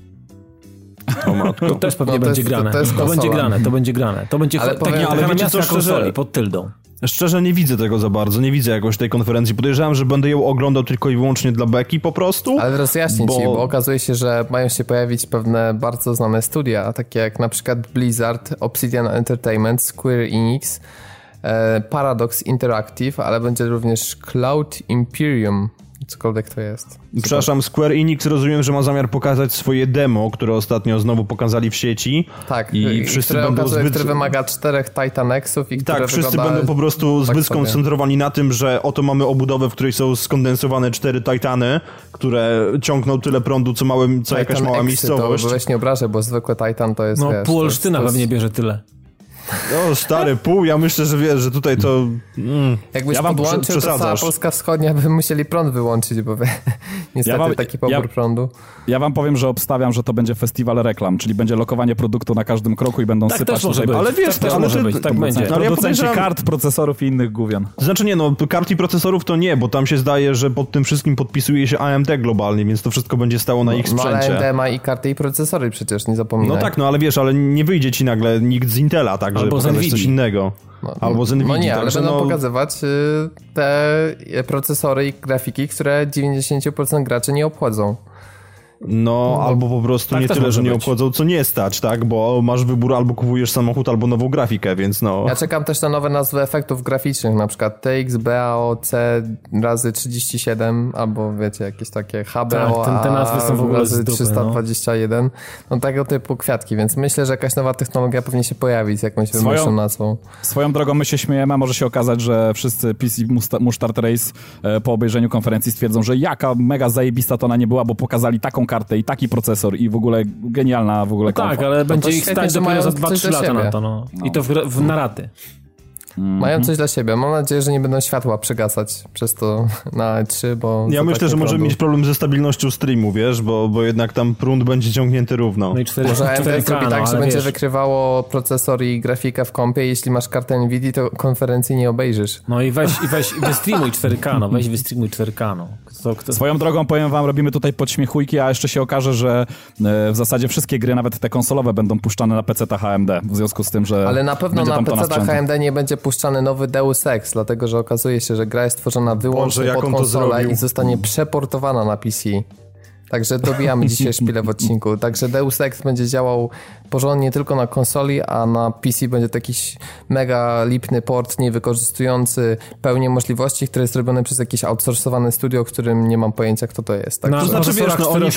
O matko. To też pewnie będzie grane. To będzie grane. To będzie ale wiecie co, konsoli pod tyldą. Szczerze nie widzę tego za bardzo, nie widzę jakoś tej konferencji. Podejrzewam, że będę ją oglądał tylko i wyłącznie dla beki po prostu. Ale rozjaśnię ci, bo okazuje się, że mają się pojawić pewne bardzo znane studia, takie jak na przykład Blizzard, Obsidian Entertainment, Square Enix, Paradox Interactive, ale będzie również Cloud Imperium, cokolwiek to jest. Przepraszam, Square Enix rozumiem, że ma zamiar pokazać swoje demo, które ostatnio znowu pokazali w sieci. Tak, i wszyscy będą które wymaga 4 Titanexów i tak, wszyscy będą po prostu zbyt skoncentrowani na tym, że oto mamy obudowę, w której są skondensowane 4 Titany, które ciągną tyle prądu, co jakaś mała miejscowość. To weź nie obrażę, bo zwykły Titan to jest, wiesz... pół Olsztyna pewnie bierze tyle. No stary, pół, ja myślę, że wiesz, że tutaj to... Jakbyś podłączył, to cała Polska Wschodnia by musieli prąd wyłączyć, bo niestety taki pobór prądu. Ja wam powiem, że obstawiam, że to będzie festiwal reklam, czyli będzie lokowanie produktu na każdym kroku i będą sypać tutaj... Ale wiesz, tak będzie. Producenci kart, procesorów i innych gówien. Znaczy nie, kart i procesorów to nie, bo tam się zdaje, że pod tym wszystkim podpisuje się AMD globalnie, więc to wszystko będzie stało na ich sprzęcie. Ale AMD ma i karty i procesory przecież, nie zapominaj. No tak, ale wiesz, ale nie wyjdzie ci nagle nikt z Intela, tak? żeby pokazać coś innego. Albo z Nvidia. No nie, ale będą pokazywać te procesory i grafiki, które 90% graczy nie obchodzą. No, albo po prostu tak nie tyle, że nie obchodzą, co nie stać, tak? Bo masz wybór, albo kupujesz samochód, albo nową grafikę, więc no... Ja czekam też na nowe nazwy efektów graficznych, na przykład TX, BAOC razy 37, albo wiecie, jakieś takie HBO, tak, te nazwy są w ogóle razy 321. No tego typu kwiatki, więc myślę, że jakaś nowa technologia powinien się pojawić z jakąś wymyślną nazwą. Swoją drogą my się śmiejemy, a może się okazać, że wszyscy PC Musztart Race po obejrzeniu konferencji stwierdzą, że jaka mega zajebista to ona nie była, bo pokazali taką kartę i taki procesor i w ogóle genialna w ogóle tak, ale będzie ich stać dopiero za 2-3 lata na to, no. I to na raty. Mają coś dla siebie. Mam nadzieję, że nie będą światła przygasać przez to na E3, bo... Ja myślę, że możemy mieć problem ze stabilnością streamu, wiesz, bo jednak tam prąd będzie ciągnięty równo. No i może AMD zrobi tak, że będzie wykrywało procesor i grafikę w kompie. Jeśli masz kartę Nvidia, to konferencji nie obejrzysz. No i weź wystreamuj 4K, no. Weź wystreamuj 4K, no. Swoją drogą powiem wam, robimy tutaj podśmiechujki, a jeszcze się okaże, że w zasadzie wszystkie gry, nawet te konsolowe, będą puszczane na PC-tach AMD, w związku z tym, że... Ale na pewno na PC-tach AMD nie będzie puszczany nowy Deus Ex, dlatego że okazuje się, że gra jest tworzona wyłącznie pod konsolę i zostanie przeportowana na PC. Także dobijamy dzisiaj szpilę w odcinku. Także Deus Ex będzie działał porządnie tylko na konsoli, a na PC będzie to jakiś mega lipny port, nie wykorzystujący pełni możliwości, które jest robione przez jakieś outsourcowane studio, którym nie mam pojęcia, kto to jest. Tak, to znaczy, wiesz,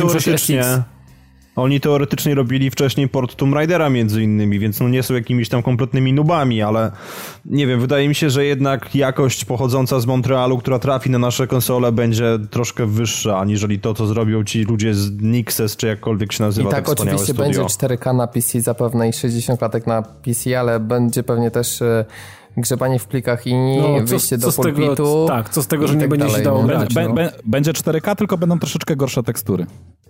oni teoretycznie robili wcześniej port Tomb Raidera między innymi, więc no nie są jakimiś tam kompletnymi nubami, ale nie wiem, wydaje mi się, że jednak jakość pochodząca z Montrealu, która trafi na nasze konsole, będzie troszkę wyższa, aniżeli to, co zrobią ci ludzie z Nixes, czy jakkolwiek się nazywa. I tak oczywiście będzie 4K na PC zapewne i 60 klatek na PC, ale będzie pewnie też grzebanie w plikach i wyjście do pulpitu. Tak, co z tego, że nie będzie się dało grać. Będzie 4K, tylko będą troszeczkę gorsze tekstury.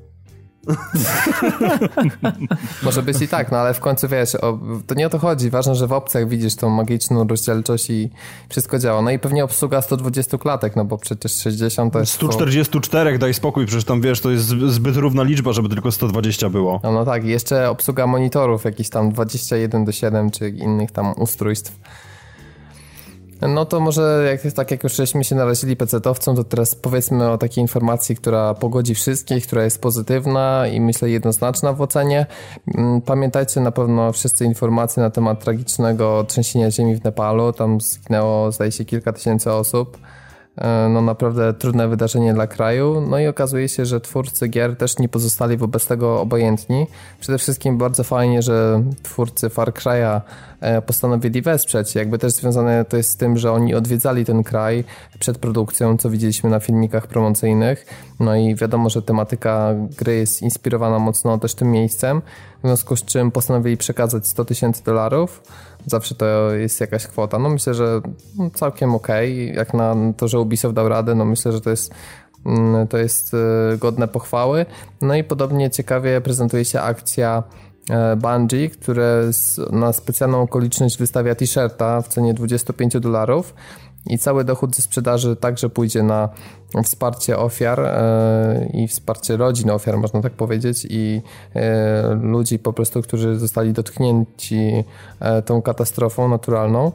Może być i tak, no ale w końcu wiesz, to nie o to chodzi. Ważne, że w opcjach widzisz tą magiczną rozdzielczość i wszystko działa. No i pewnie obsługa 120 klatek, no bo przecież 60 to jest... 144, daj spokój, przecież tam wiesz, to jest zbyt równa liczba, żeby tylko 120 było. No tak, i jeszcze obsługa monitorów, jakichś tam 21:7 czy innych tam ustrojstw. No to może jak już żeśmy się narazili pecetowcom, to teraz powiedzmy o takiej informacji, która pogodzi wszystkich, która jest pozytywna i myślę jednoznaczna w ocenie. Pamiętajcie na pewno wszyscy informacje na temat tragicznego trzęsienia ziemi w Nepalu. Tam zginęło, zdaje się, kilka tysięcy osób. No naprawdę trudne wydarzenie dla kraju. No i okazuje się, że twórcy gier też nie pozostali wobec tego obojętni. Przede wszystkim bardzo fajnie, że twórcy Far Cry'a postanowili wesprzeć. Jakby też związane to jest z tym, że oni odwiedzali ten kraj przed produkcją, co widzieliśmy na filmikach promocyjnych. No i wiadomo, że tematyka gry jest inspirowana mocno też tym miejscem, w związku z czym postanowili przekazać $100,000. Zawsze to jest jakaś kwota. No myślę, że całkiem okej. Jak na to, że Ubisoft dał radę, no myślę, że to jest godne pochwały. No i podobnie ciekawie prezentuje się akcja Bungie, które na specjalną okoliczność wystawia t-shirta w cenie $25 i cały dochód ze sprzedaży także pójdzie na wsparcie ofiar i wsparcie rodzin ofiar, można tak powiedzieć, i ludzi po prostu, którzy zostali dotknięci tą katastrofą naturalną.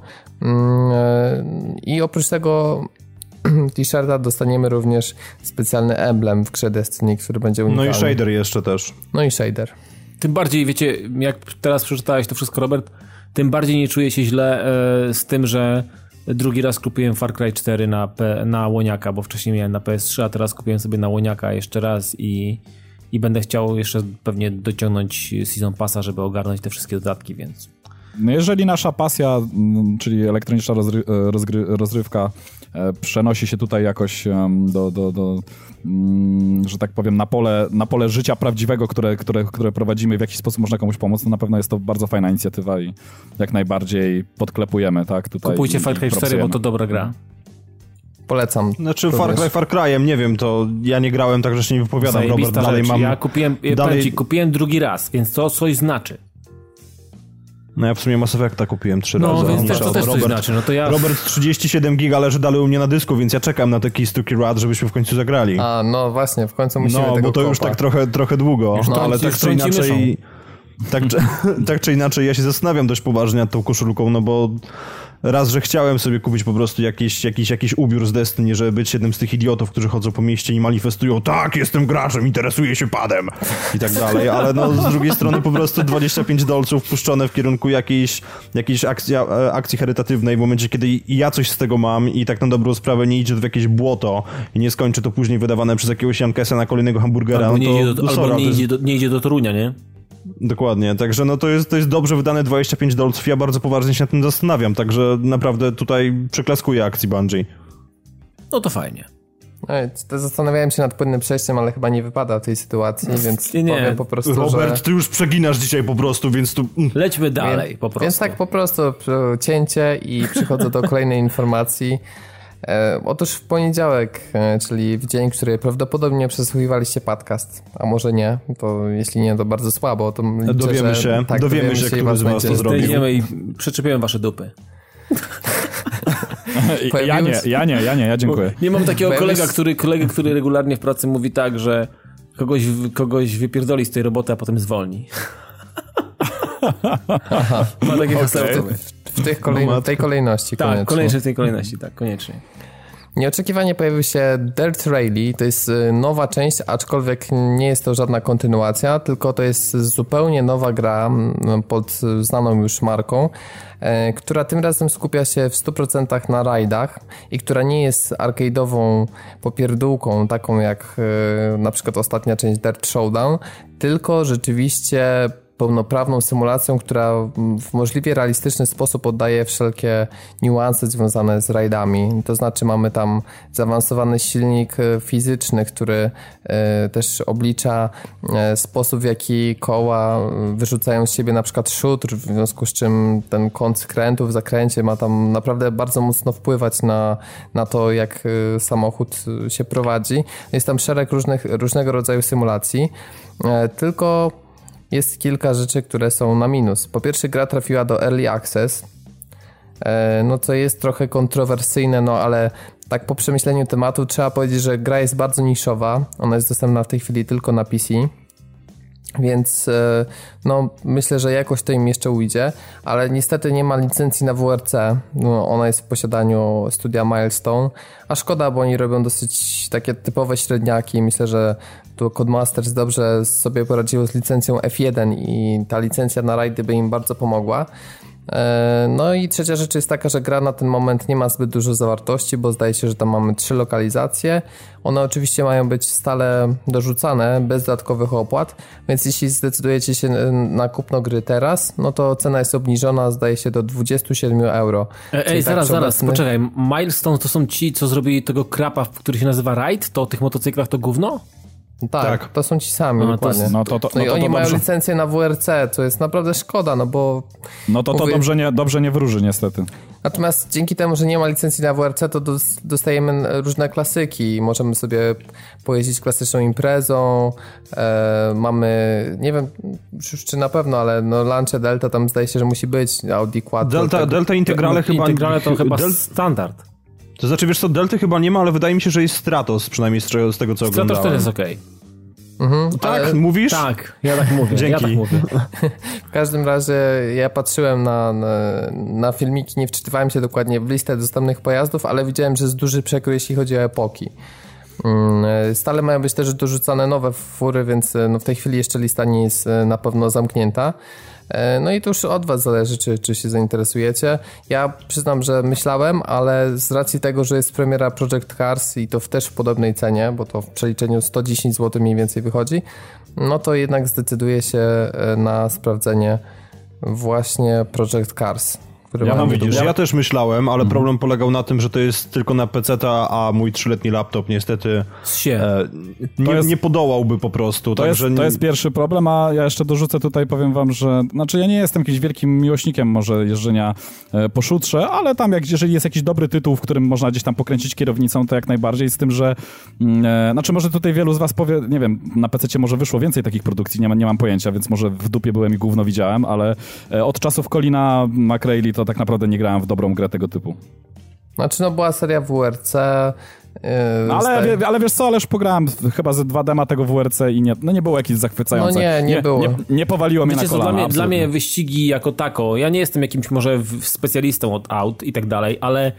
I oprócz tego t-shirta dostaniemy również specjalny emblem w grze Destiny, który będzie unikalny. No i shader jeszcze też. No i shader. Tym bardziej, wiecie, jak teraz przeczytałeś to wszystko, Robert, tym bardziej nie czuję się źle z tym, że drugi raz kupiłem Far Cry 4 na łoniaka, bo wcześniej miałem na PS3, a teraz kupiłem sobie na łoniaka jeszcze raz i będę chciał jeszcze pewnie dociągnąć Season Passa, żeby ogarnąć te wszystkie dodatki, więc... No jeżeli nasza pasja, czyli elektroniczna rozrywka przenosi się tutaj jakoś że tak powiem, na pole życia prawdziwego, które prowadzimy, w jakiś sposób można komuś pomóc, to na pewno jest to bardzo fajna inicjatywa i jak najbardziej podklepujemy, tak? Tutaj kupujcie Far Cry 4, bo to dobra gra. Polecam. Znaczy Far Cry'em, nie wiem, to ja nie grałem, także się nie wypowiadam, Robert, dalej rzecz. mam... Ja kupiłem drugi raz, więc to coś znaczy. No ja w sumie Mass Effecta kupiłem 3 razy. No więc to też coś znaczy. No to ja... Robert 37 giga leży dalej u mnie na dysku, więc ja czekam na taki Stucky Rad, żebyśmy w końcu zagrali. A, no właśnie, w końcu musimy tego bo to kopa. Już tak trochę długo, no, ale tak czy inaczej... Tak czy inaczej, ja się zastanawiam dość poważnie nad tą koszulką, no bo raz, że chciałem sobie kupić po prostu jakiś ubiór z Destiny, żeby być jednym z tych idiotów, którzy chodzą po mieście i manifestują, tak, jestem graczem, interesuję się padem i tak dalej, ale no z drugiej strony po prostu $25 puszczone w kierunku jakiejś akcji charytatywnej w momencie, kiedy ja coś z tego mam i tak na dobrą sprawę nie idzie to w jakieś błoto i nie skończy to później wydawane przez jakiegoś Jankesa na kolejnego hamburgera. Albo nie idzie do Torunia, nie? Dokładnie, także no to jest dobrze wydane $25, ja bardzo poważnie się nad tym zastanawiam, także naprawdę tutaj przyklaskuję akcji Bungie. No to fajnie. Zastanawiałem się nad płynnym przejściem, ale chyba nie wypada w tej sytuacji, więc powiem po prostu, Robert, ty już przeginasz dzisiaj po prostu, więc tu... Lećmy dalej po prostu. Więc tak po prostu cięcie i przychodzę do kolejnej informacji. Otóż w poniedziałek, czyli w dzień, który prawdopodobnie przesłuchiwaliście podcast, a może nie, to jeśli nie, to bardzo słabo, to liczę, dowiemy się, który z was to zrobił. Zdejdziemy i przyczepiłem wasze dupy. Ja dziękuję. Nie mam takiego kolegę, który regularnie w pracy mówi tak, że kogoś wypierdoli z tej roboty, a potem zwolni. Ma takie hasełko. W tej kolejności. Tak, koniecznie w tej kolejności, tak, koniecznie. Nieoczekiwanie pojawił się Dirt Rally, to jest nowa część, aczkolwiek nie jest to żadna kontynuacja, tylko to jest zupełnie nowa gra pod znaną już marką, która tym razem skupia się w 100% na rajdach i która nie jest arcade'ową popierdółką, taką jak na przykład ostatnia część Dirt Showdown, tylko rzeczywiście pełnoprawną symulacją, która w możliwie realistyczny sposób oddaje wszelkie niuanse związane z rajdami. To znaczy mamy tam zaawansowany silnik fizyczny, który też oblicza sposób, w jaki koła wyrzucają z siebie na przykład szutr, w związku z czym ten kąt skrętu w zakręcie ma tam naprawdę bardzo mocno wpływać na to, jak samochód się prowadzi. Jest tam szereg różnego rodzaju symulacji, tylko jest kilka rzeczy, które są na minus. Po pierwsze, gra trafiła do Early Access, no co jest trochę kontrowersyjne, no ale tak po przemyśleniu tematu trzeba powiedzieć, że gra jest bardzo niszowa. Ona jest dostępna w tej chwili tylko na PC. Więc no, myślę, że jakoś to im jeszcze ujdzie, ale niestety nie ma licencji na WRC. No, ona jest w posiadaniu studia Milestone, a szkoda, bo oni robią dosyć takie typowe średniaki. Myślę, że tu Codemasters dobrze sobie poradziło z licencją F1 i ta licencja na rajdy by im bardzo pomogła. No i trzecia rzecz jest taka, że gra na ten moment nie ma zbyt dużo zawartości, bo zdaje się, że tam mamy 3 lokalizacje. One oczywiście mają być stale dorzucane, bez dodatkowych opłat, więc jeśli zdecydujecie się na kupno gry teraz, no to cena jest obniżona, zdaje się, do 27 euro. Ej, zaraz, poczekaj. Milestone to są ci, co zrobili tego krapa, który się nazywa Ride? To o tych motocyklach to gówno? Tak, to są ci sami, dokładnie. No i oni mają licencję na WRC, to jest naprawdę szkoda, no bo... No to dobrze nie wróży niestety. Natomiast dzięki temu, że nie ma licencji na WRC, to dostajemy różne klasyki. Możemy sobie pojeździć klasyczną imprezą, mamy, nie wiem już czy na pewno, ale no Lancia Delta tam zdaje się, że musi być, Audi Quattro. Delta Integrale to chyba standard. To znaczy, wiesz co, Delty chyba nie ma, ale wydaje mi się, że jest Stratos, przynajmniej z tego, co oglądałem. Stratos to jest okej. Tak? Mówisz? Tak, ja tak mówię. Dzięki. Ja tak mówię. W każdym razie ja patrzyłem na filmiki, nie wczytywałem się dokładnie w listę dostępnych pojazdów, ale widziałem, że jest duży przekrój, jeśli chodzi o epoki. Stale mają być też dorzucane nowe fury, więc no w tej chwili jeszcze lista nie jest na pewno zamknięta. No i to już od was zależy, czy się zainteresujecie. Ja przyznam, że myślałem, ale z racji tego, że jest premiera Project Cars i to też w podobnej cenie, bo to w przeliczeniu 110 zł mniej więcej wychodzi, no to jednak zdecyduję się na sprawdzenie właśnie Project Cars. Ja też myślałem, ale problem polegał na tym, że to jest tylko na PC-ta, a mój 3-letni laptop niestety nie podołałby po prostu. To jest pierwszy problem, a ja jeszcze dorzucę tutaj, powiem wam, że znaczy ja nie jestem jakimś wielkim miłośnikiem może jeżdżenia po szutrze, ale tam jeżeli jest jakiś dobry tytuł, w którym można gdzieś tam pokręcić kierownicą, to jak najbardziej, z tym, że znaczy może tutaj wielu z was powie, nie wiem, na PC-cie może wyszło więcej takich produkcji, nie mam pojęcia, więc może w dupie byłem i gówno widziałem, ale od czasów Colina McRae to tak naprawdę nie grałem w dobrą grę tego typu. Znaczy no była seria WRC, Ale wiesz co, już pograłem chyba ze 2 dema tego WRC i nie było jakieś zachwycające. Nie było. Nie powaliło mnie na kolana. Dla mnie wyścigi jako tako, ja nie jestem jakimś może specjalistą od aut i tak dalej, ale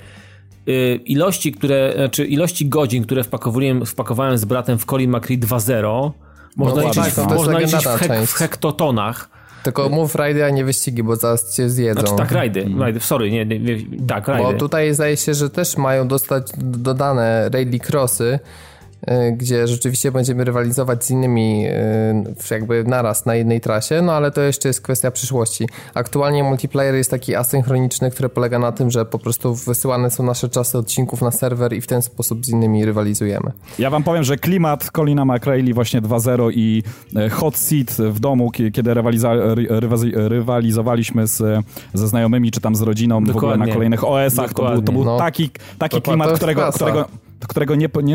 ilości godzin, które wpakowałem z bratem w Colin McRae 2.0 można liczyć w hektotonach. Tylko mów rajdy, a nie wyścigi, bo zaraz cię zjedzą. Znaczy tak, rajdy, sorry, tak, rajdy. Bo tutaj zdaje się, że też mają dostać dodane rallycrossy, gdzie rzeczywiście będziemy rywalizować z innymi jakby naraz na jednej trasie, no ale to jeszcze jest kwestia przyszłości. Aktualnie multiplayer jest taki asynchroniczny, który polega na tym, że po prostu wysyłane są nasze czasy odcinków na serwer i w ten sposób z innymi rywalizujemy. Ja wam powiem, że klimat Colina McRae właśnie 2.0 i hot seat w domu, kiedy rywalizowaliśmy ze znajomymi czy tam z rodziną w ogóle na kolejnych OS-ach, to był taki klimat, którego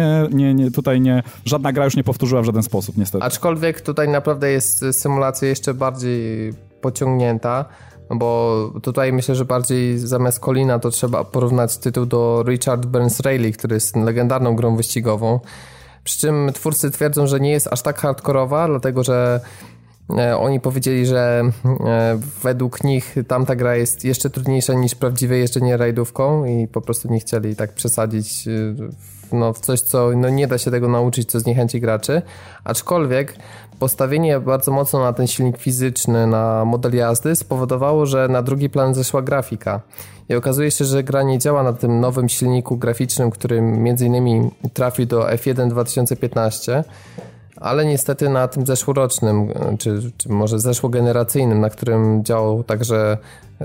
żadna gra już nie powtórzyła w żaden sposób, niestety. Aczkolwiek tutaj naprawdę jest symulacja jeszcze bardziej pociągnięta, bo tutaj myślę, że bardziej zamiast Colina to trzeba porównać tytuł do Richard Burns Rally, który jest legendarną grą wyścigową. Przy czym twórcy twierdzą, że nie jest aż tak hardkorowa, dlatego że oni powiedzieli, że według nich tamta gra jest jeszcze trudniejsza niż prawdziwe jeżdżenie rajdówką i po prostu nie chcieli tak przesadzić w coś, co nie da się tego nauczyć, co zniechęci graczy. Aczkolwiek postawienie bardzo mocno na ten silnik fizyczny, na model jazdy spowodowało, że na drugi plan zeszła grafika. I okazuje się, że gra nie działa na tym nowym silniku graficznym, który między innymi trafił do F1 2015, ale niestety na tym zeszłorocznym, czy może zeszłogeneracyjnym, na którym działał także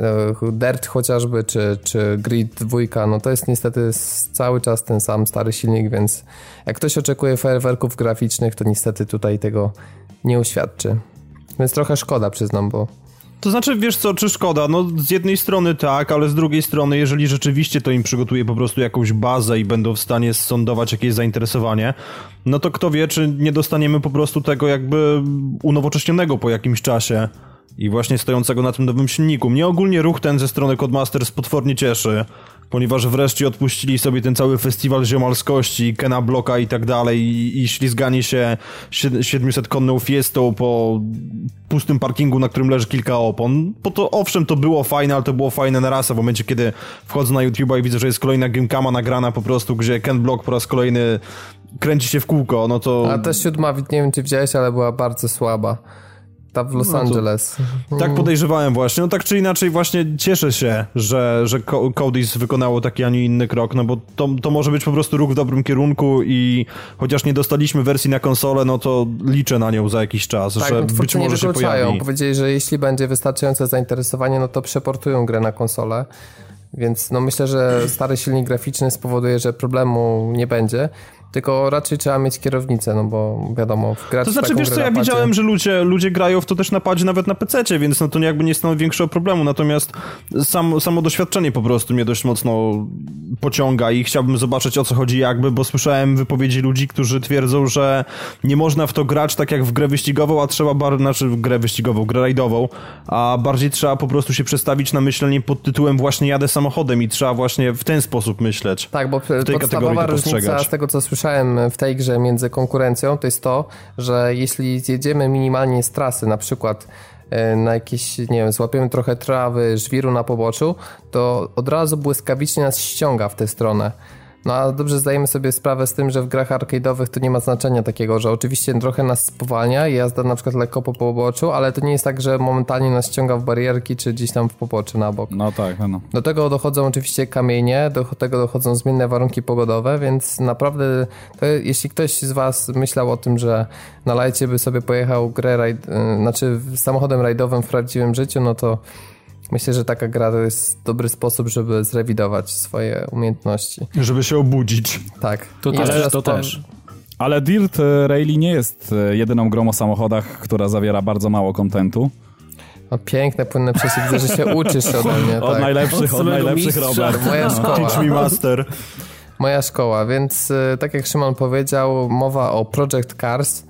Dirt chociażby, czy Grid 2, no to jest niestety cały czas ten sam stary silnik, więc jak ktoś oczekuje fajerwerków graficznych, to niestety tutaj tego nie uświadczy. Więc trochę szkoda, przyznam, bo... To znaczy, wiesz co, czy szkoda? No z jednej strony tak, ale z drugiej strony, jeżeli rzeczywiście to im przygotuje po prostu jakąś bazę i będą w stanie zsądować jakieś zainteresowanie, no to kto wie, czy nie dostaniemy po prostu tego jakby unowocześnionego po jakimś czasie i właśnie stojącego na tym nowym silniku. Mnie ogólnie ruch ten ze strony Codemasters potwornie cieszy, ponieważ wreszcie odpuścili sobie ten cały festiwal ziomalskości, Kena Blocka i tak dalej i ślizganie się 700-konną Fiestą po pustym parkingu, na którym leży kilka opon. Bo to owszem, to było fajne, ale to było fajne na raz, a w momencie, kiedy wchodzę na YouTube'a i widzę, że jest kolejna gamecama nagrana po prostu, gdzie Ken Block po raz kolejny kręci się w kółko, no to... A ta 7, nie wiem czy widziałeś, ale była bardzo słaba. Ta w Los Angeles. Tak podejrzewałem właśnie. No tak czy inaczej właśnie cieszę się, że Codys wykonało taki, a nie inny krok, no bo to może być po prostu ruch w dobrym kierunku i chociaż nie dostaliśmy wersji na konsolę, no to liczę na nią za jakiś czas, tak, że być może się pojawi. Powiedzieli, że jeśli będzie wystarczające zainteresowanie, no to przeportują grę na konsolę. Więc no myślę, że stary silnik graficzny spowoduje, że problemu nie będzie. Tylko raczej trzeba mieć kierownicę, no bo wiadomo, grać to znaczy, wiesz co, ja widziałem, że ludzie grają w to też na padzie, nawet na PC-cie, więc no to jakby nie stanowi większego problemu, natomiast samo doświadczenie po prostu mnie dość mocno pociąga i chciałbym zobaczyć, o co chodzi jakby, bo słyszałem wypowiedzi ludzi, którzy twierdzą, że nie można w to grać tak jak w grę wyścigową, a trzeba w grę rajdową, a bardziej trzeba po prostu się przestawić na myślenie pod tytułem właśnie jadę samochodem i trzeba właśnie w ten sposób myśleć. Tak, bo podstawowa różnica z tego, co słyszałem w tej grze między konkurencją, to jest to, że jeśli zjedziemy minimalnie z trasy, na przykład na jakieś, nie wiem, złapiemy trochę trawy, żwiru na poboczu, to od razu błyskawicznie nas ściąga w tę stronę. No a dobrze zdajemy sobie sprawę z tym, że w grach arcade'owych to nie ma znaczenia takiego, że oczywiście trochę nas spowalnia i jazda na przykład lekko po poboczu, ale to nie jest tak, że momentalnie nas ściąga w barierki czy gdzieś tam w pobocze na bok. No tak, no. Do tego dochodzą oczywiście kamienie, do tego dochodzą zmienne warunki pogodowe, więc naprawdę to, jeśli ktoś z was myślał o tym, że na lajcie by sobie pojechał grę samochodem rajdowym w prawdziwym życiu, no to myślę, że taka gra to jest dobry sposób, żeby zrewidować swoje umiejętności. Żeby się obudzić. Tak. To też. Ale Dirt Rally nie jest jedyną grą o samochodach, która zawiera bardzo mało kontentu. No, piękne, płynne przejście. Widzę, że się uczysz ode mnie. Od tak. najlepszych, Robert. Moja szkoła. Teach me master. Moja szkoła, więc tak jak Szymon powiedział, mowa o Project Cars,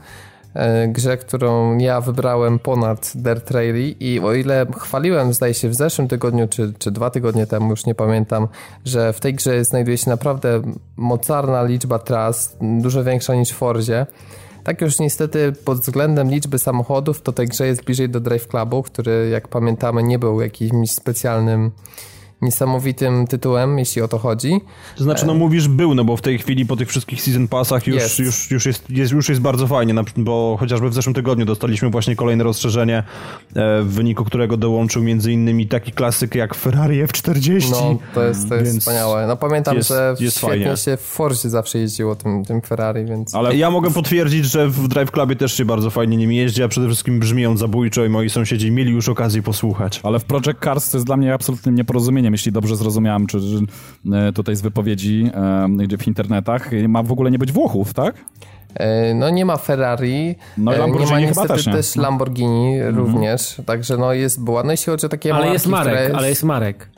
grze, którą ja wybrałem ponad Dirt Rally i o ile chwaliłem, zdaje się, w zeszłym tygodniu, czy 2 tygodnie temu, już nie pamiętam, że w tej grze znajduje się naprawdę mocarna liczba tras, dużo większa niż w Forzie, tak już niestety pod względem liczby samochodów to tej grze jest bliżej do Drive Clubu, który jak pamiętamy nie był jakimś specjalnym niesamowitym tytułem, jeśli o to chodzi. To znaczy, no mówisz był, no bo w tej chwili po tych wszystkich Season Passach już jest bardzo fajnie, bo chociażby w zeszłym tygodniu dostaliśmy właśnie kolejne rozszerzenie, w wyniku którego dołączył między innymi taki klasyk jak Ferrari F40. No, to jest wspaniałe. No pamiętam, że świetnie fajnie się w Forzie zawsze jeździło tym Ferrari, więc... Ale ja mogę potwierdzić, że w Drive Clubie też się bardzo fajnie nim jeździ, a przede wszystkim brzmi on zabójczo i moi sąsiedzi mieli już okazję posłuchać. Ale w Project Cars to jest dla mnie absolutnym nieporozumieniem, jeśli dobrze zrozumiałem, czy tutaj z wypowiedzi gdzie w internetach ma w ogóle nie być Włochów, tak? No nie ma Ferrari, no, nie ma niestety chyba też Lamborghini również, także no była. No jeśli chodzi o takie marki, ale jest Marek.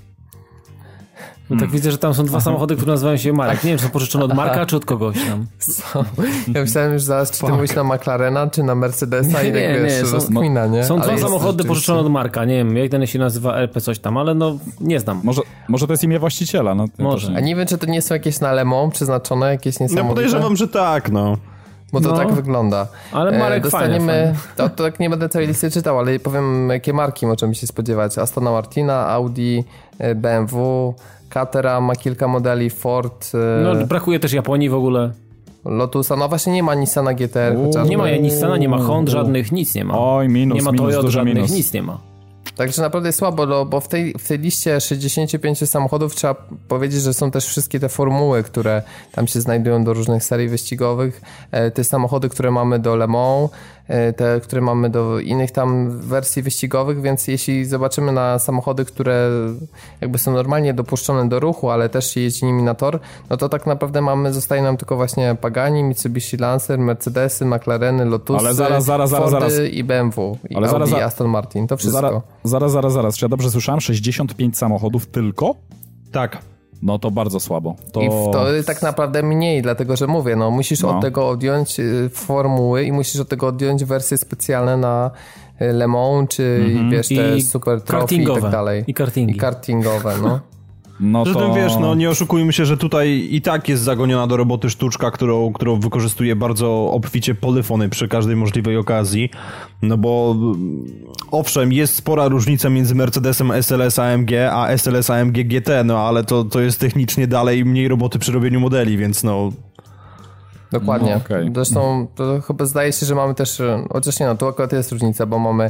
No tak widzę, że tam są 2 samochody, które nazywają się Marek. Nie wiem, czy są pożyczone od Marka, czy od kogoś tam. Ja myślałem już zaraz, czy ty mówisz na McLarena, czy na Mercedesa i nie? Są 2 samochody pożyczone od Marka. Nie wiem, jak ten się nazywa, LP coś tam, ale no nie znam. Może to jest imię właściciela. No, może. A nie wiem, czy to nie są jakieś na Le Mans przeznaczone, jakieś niesamowite? No podejrzewam, że tak, no. Bo to tak wygląda. Ale Marek dostaniemy, to tak nie będę całej listy czytał, ale powiem, jakie marki możemy się spodziewać. Astona Martina, Audi, BMW, Caterham ma kilka modeli, Ford. No brakuje też Japonii w ogóle. Lotusa, no właśnie nie ma Nissana GTR. Nie ma Nissana, nie ma Hond żadnych, nic nie ma. Oj, minus, nie ma Toyota żadnych, nic nie ma. Także naprawdę jest słabo, bo w tej liście 65 samochodów trzeba powiedzieć, że są też wszystkie te formuły, które tam się znajdują do różnych serii wyścigowych. Te samochody, które mamy do Le Mans, te, które mamy do innych tam wersji wyścigowych, więc jeśli zobaczymy na samochody, które jakby są normalnie dopuszczone do ruchu, ale też się jeździ nimi na tor, no to tak naprawdę zostaje nam tylko właśnie Pagani, Mitsubishi Lancer, Mercedesy, McLareny, Lotusy, Fordy i BMW, i Audi, Aston Martin, to wszystko. Zaraz. Czy ja dobrze słyszałem? 65 samochodów tylko? Tak. No to bardzo słabo. I to tak naprawdę mniej, dlatego że mówię, no musisz od tego odjąć formuły i musisz od tego odjąć wersje specjalne na Le Mans, czy wiesz, te super trophy i tak dalej. I kartingi. I kartingowe, no. No to wiesz, no nie oszukujmy się, że tutaj i tak jest zagoniona do roboty sztuczka, którą wykorzystuje bardzo obficie Polyphony przy każdej możliwej okazji, no bo owszem, jest spora różnica między Mercedesem SLS AMG a SLS AMG GT, no ale to jest technicznie dalej mniej roboty przy robieniu modeli, więc no... Dokładnie. No, okay. Zresztą to chyba zdaje się, że mamy też, chociaż nie, no tu akurat jest różnica, bo mamy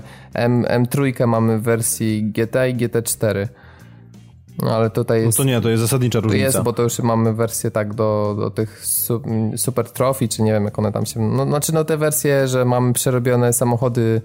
M3 mamy w wersji GT i GT4. No ale tutaj jest... No to nie, to jest zasadnicza różnica. Jest, bo to już mamy wersję tak do tych super trophy, czy nie wiem jak one tam się... No, znaczy te wersje, że mamy przerobione samochody,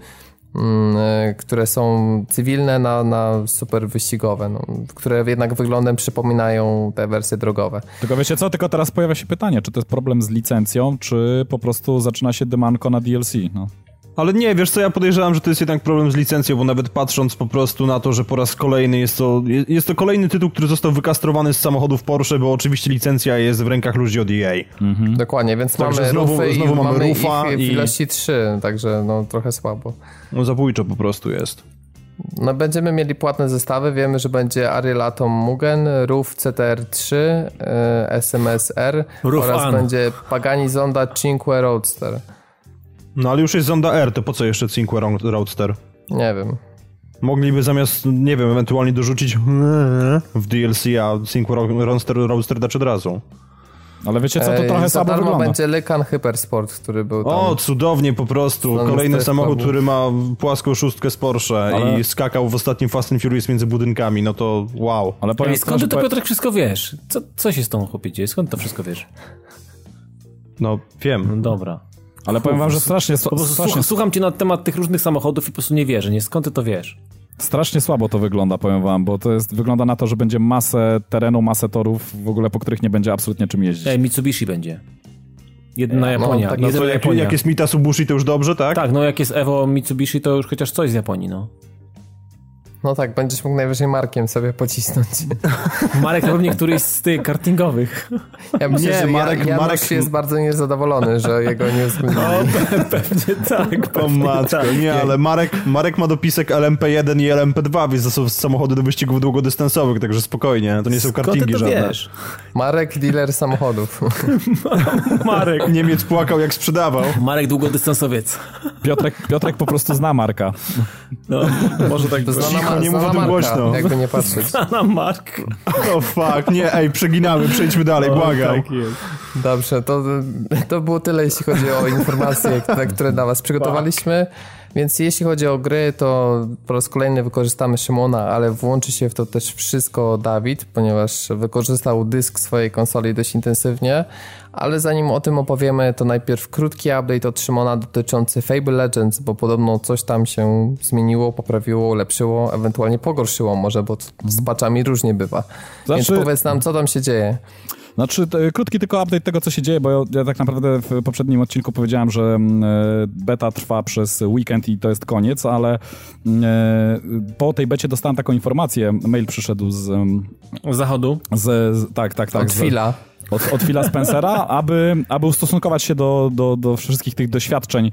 które są cywilne na super wyścigowe, no, które jednak wyglądem przypominają te wersje drogowe. Tylko wiecie co, tylko teraz pojawia się pytanie, czy to jest problem z licencją, czy po prostu zaczyna się dymanko na DLC, no. Ale nie, wiesz co, ja podejrzewam, że to jest jednak problem z licencją, bo nawet patrząc po prostu na to, że po raz kolejny jest to kolejny tytuł, który został wykastrowany z samochodów Porsche, bo oczywiście licencja jest w rękach ludzi od EA. Mhm. Dokładnie, więc także mamy znowu mamy rufa ich w ilości 3, także no trochę słabo. No zabójczo po prostu jest. No będziemy mieli płatne zestawy, wiemy, że będzie Ariel Atom Mugen, RUF CTR3, SMSR oraz będzie Pagani Zonda Cinque Roadster. No ale już jest Zonda R, to po co jeszcze Cinque Roadster? Nie wiem. Mogliby zamiast, nie wiem, ewentualnie dorzucić w DLC, a Cinque Roadster dać od razu. Ale wiecie co, to trochę słabo wygląda. Będzie Lykan Hypersport, który był tam... O, cudownie po prostu. Kolejny samochód, który ma płaską szóstkę z Porsche i skakał w ostatnim Fast and Furious między budynkami, no to wow. Ale powiem, skąd ty to, Piotrek, wszystko wiesz? Co się z tą chłopie dzieje? Skąd to wszystko wiesz? No, wiem. No, dobra. Ale powiem wam, że strasznie... Słucham cię na temat tych różnych samochodów i po prostu nie wierzę. Nie, skąd ty to wiesz? Strasznie słabo to wygląda, powiem wam, bo wygląda na to, że będzie masę terenu, masę torów w ogóle, po których nie będzie absolutnie czym jeździć. Mitsubishi będzie. Jedna Japonia. Tak, no to jak jest Mitsubishi, to już dobrze, tak? Tak, no jak jest Evo Mitsubishi, to już chociaż coś z Japonii, no. No tak, będziesz mógł najwyżej Markiem sobie pocisnąć. Marek to pewnie któryś z tych kartingowych. Ja myślę, że Marek jest bardzo niezadowolony, że jego nie uwzględnili. No, pewnie tak. O matko, tak. Nie, ale Marek ma dopisek LMP1 i LMP2, więc to są samochody do wyścigów długodystansowych, także spokojnie, to nie są kartingi żadne. Wiesz? Marek, dealer samochodów. Marek. Niemiec płakał jak sprzedawał. Marek długodystansowiec. Piotrek po prostu zna Marka. No, może tak być. Nie mów o tym głośno. Jakby nie patrzeć. Na Mark. O fuck, nie, przeginamy, przejdźmy dalej, błagam. Tak jest. Dobrze, to było tyle, jeśli chodzi o informacje, które dla was przygotowaliśmy. Więc jeśli chodzi o gry, to po raz kolejny wykorzystamy Szymona, ale włączy się w to też wszystko Dawid, ponieważ wykorzystał dysk swojej konsoli dość intensywnie. Ale zanim o tym opowiemy, to najpierw krótki update od Szymona dotyczący Fable Legends, bo podobno coś tam się zmieniło, poprawiło, ulepszyło, ewentualnie pogorszyło może, bo z patchami różnie bywa. Więc powiedz nam, co tam się dzieje. Znaczy, krótki tylko update tego, co się dzieje, bo ja tak naprawdę w poprzednim odcinku powiedziałem, że beta trwa przez weekend i to jest koniec, ale po tej becie dostałem taką informację, mail przyszedł z zachodu. Tak. Od Phila. Od Phila Spencera, aby ustosunkować się do wszystkich tych doświadczeń,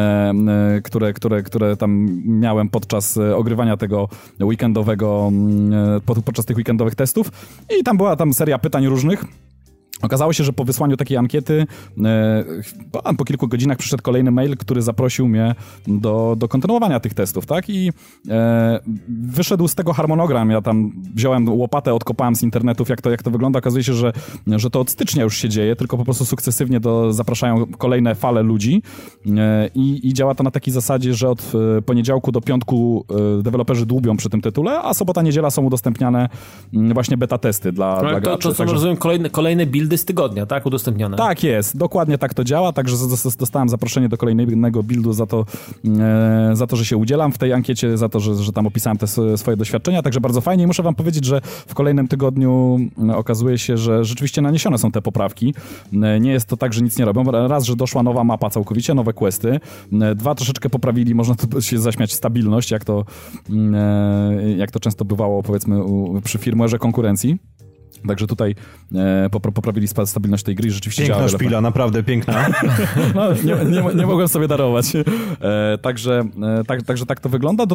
które tam miałem podczas ogrywania tego weekendowego, podczas tych weekendowych testów. I tam była seria pytań różnych. Okazało się, że po wysłaniu takiej ankiety po kilku godzinach przyszedł kolejny mail, który zaprosił mnie do kontynuowania tych testów, tak? I wyszedł z tego harmonogram. Ja tam wziąłem łopatę, odkopałem z internetów, jak to wygląda. Okazuje się, że to od stycznia już się dzieje, tylko po prostu sukcesywnie zapraszają kolejne fale ludzi i działa to na takiej zasadzie, że od poniedziałku do piątku deweloperzy dłubią przy tym tytule, a sobota, niedziela są udostępniane właśnie beta testy dla graczy. To są, rozumiem, kolejne buildy z tygodnia, tak? Udostępnione. Tak jest, dokładnie tak to działa, także dostałem zaproszenie do kolejnego buildu za to, że się udzielam w tej ankiecie, za to, że tam opisałem te swoje doświadczenia, także bardzo fajnie i muszę wam powiedzieć, że w kolejnym tygodniu okazuje się, że rzeczywiście naniesione są te poprawki. Nie jest to tak, że nic nie robią. Raz, że doszła nowa mapa całkowicie, nowe questy. Dwa, troszeczkę poprawili, można tu się zaśmiać, stabilność, jak to często bywało, powiedzmy, przy firmwareze konkurencji. Także tutaj poprawili stabilność tej gry, rzeczywiście piękna działa. Piękna szpila, naprawdę piękna. No, nie mogłem sobie darować. Także tak to wygląda.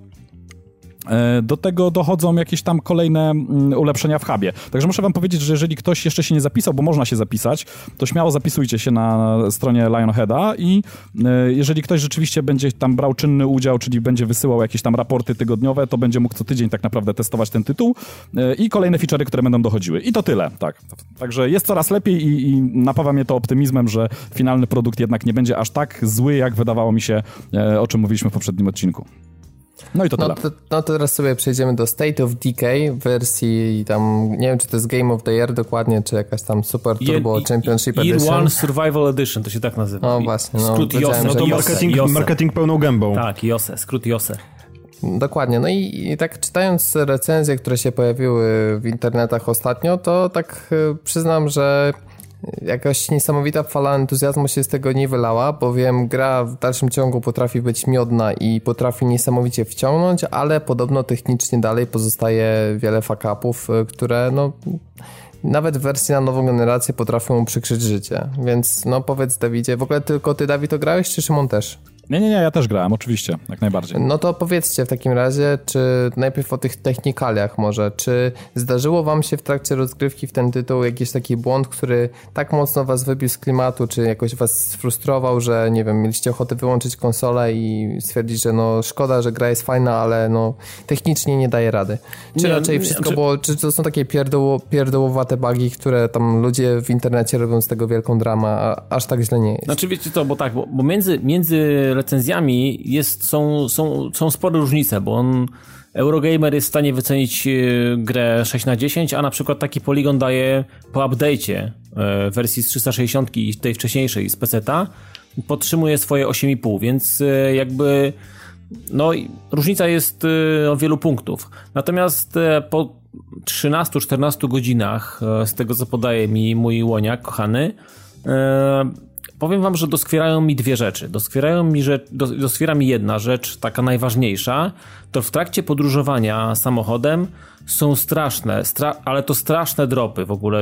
Do tego dochodzą jakieś tam kolejne ulepszenia w hubie. Także muszę wam powiedzieć, że jeżeli ktoś jeszcze się nie zapisał, bo można się zapisać, to śmiało zapisujcie się na stronie Lionheada i jeżeli ktoś rzeczywiście będzie tam brał czynny udział, czyli będzie wysyłał jakieś tam raporty tygodniowe, to będzie mógł co tydzień tak naprawdę testować ten tytuł i kolejne feature'y, które będą dochodziły. I to tyle, tak. Także jest coraz lepiej i napawa mnie to optymizmem, że finalny produkt jednak nie będzie aż tak zły, jak wydawało mi się, o czym mówiliśmy w poprzednim odcinku. No i to tyle. No to teraz sobie przejdziemy do State of Decay w wersji tam, nie wiem czy to jest Game of the Year dokładnie, czy jakaś tam Super Turbo Championship Edition. Year One Survival Edition, to się tak nazywa. O właśnie. Skrót JOSE. No to marketing pełną gębą. Tak, JOSE, skrót JOSE. Dokładnie, no i tak czytając recenzje, które się pojawiły w internetach ostatnio, to tak przyznam, że jakaś niesamowita fala entuzjazmu się z tego nie wylała, bowiem gra w dalszym ciągu potrafi być miodna i potrafi niesamowicie wciągnąć, ale podobno technicznie dalej pozostaje wiele fuck-upów, które no nawet w wersji na nową generację potrafią przykrzyć życie. Więc no powiedz Dawidzie, w ogóle tylko ty Dawid to grałeś, czy Szymon też? Nie, ja też grałem, oczywiście, jak najbardziej. No to powiedzcie w takim razie, czy najpierw o tych technikaliach może, czy zdarzyło wam się w trakcie rozgrywki w ten tytuł jakiś taki błąd, który tak mocno was wybił z klimatu, czy jakoś was sfrustrował, że nie wiem, mieliście ochotę wyłączyć konsolę i stwierdzić, że no szkoda, że gra jest fajna, ale no technicznie nie daje rady. Czy raczej wszystko było, czy to są takie pierdołowate bugi, które tam ludzie w internecie robią z tego wielką dramę, a aż tak źle nie jest. Znaczy wiecie co, bo między recenzjami są spore różnice, bo Eurogamer jest w stanie wycenić grę 6/10, a na przykład taki Polygon daje po update'cie wersji z 360 i tej wcześniejszej z PC-ta podtrzymuje swoje 8,5, więc jakby no różnica jest o wielu punktów. Natomiast po 13-14 godzinach z tego co podaje mi mój łoniak kochany, powiem wam, że doskwierają mi dwie rzeczy. Doskwiera mi jedna rzecz, taka najważniejsza, to w trakcie podróżowania samochodem są straszne, ale to straszne dropy w ogóle,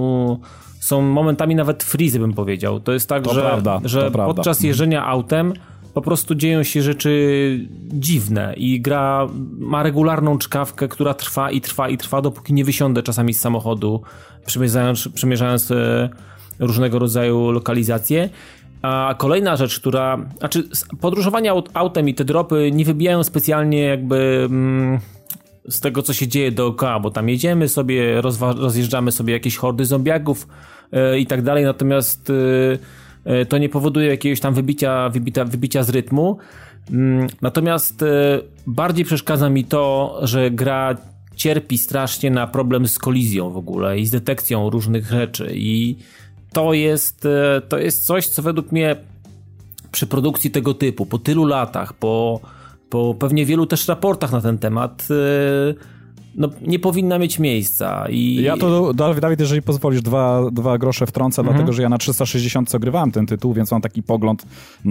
są momentami nawet freezy, bym powiedział. To jest tak, że podczas jeżdżenia autem po prostu dzieją się rzeczy dziwne i gra ma regularną czkawkę, która trwa, dopóki nie wysiądę czasami z samochodu, przemierzając różnego rodzaju lokalizacje. A kolejna rzecz, podróżowanie autem i te dropy nie wybijają specjalnie jakby z tego, co się dzieje dookoła, bo tam jedziemy sobie, rozjeżdżamy sobie jakieś hordy zombiaków i tak dalej, natomiast to nie powoduje jakiegoś tam wybicia z rytmu. Natomiast bardziej przeszkadza mi to, że gra cierpi strasznie na problem z kolizją w ogóle i z detekcją różnych rzeczy i to jest coś, co według mnie przy produkcji tego typu, po tylu latach, po pewnie wielu też raportach na ten temat, nie powinna mieć miejsca. Ja to, Dawid, jeżeli pozwolisz, dwa grosze wtrącę, dlatego że ja na 360 grywałem ten tytuł, więc mam taki pogląd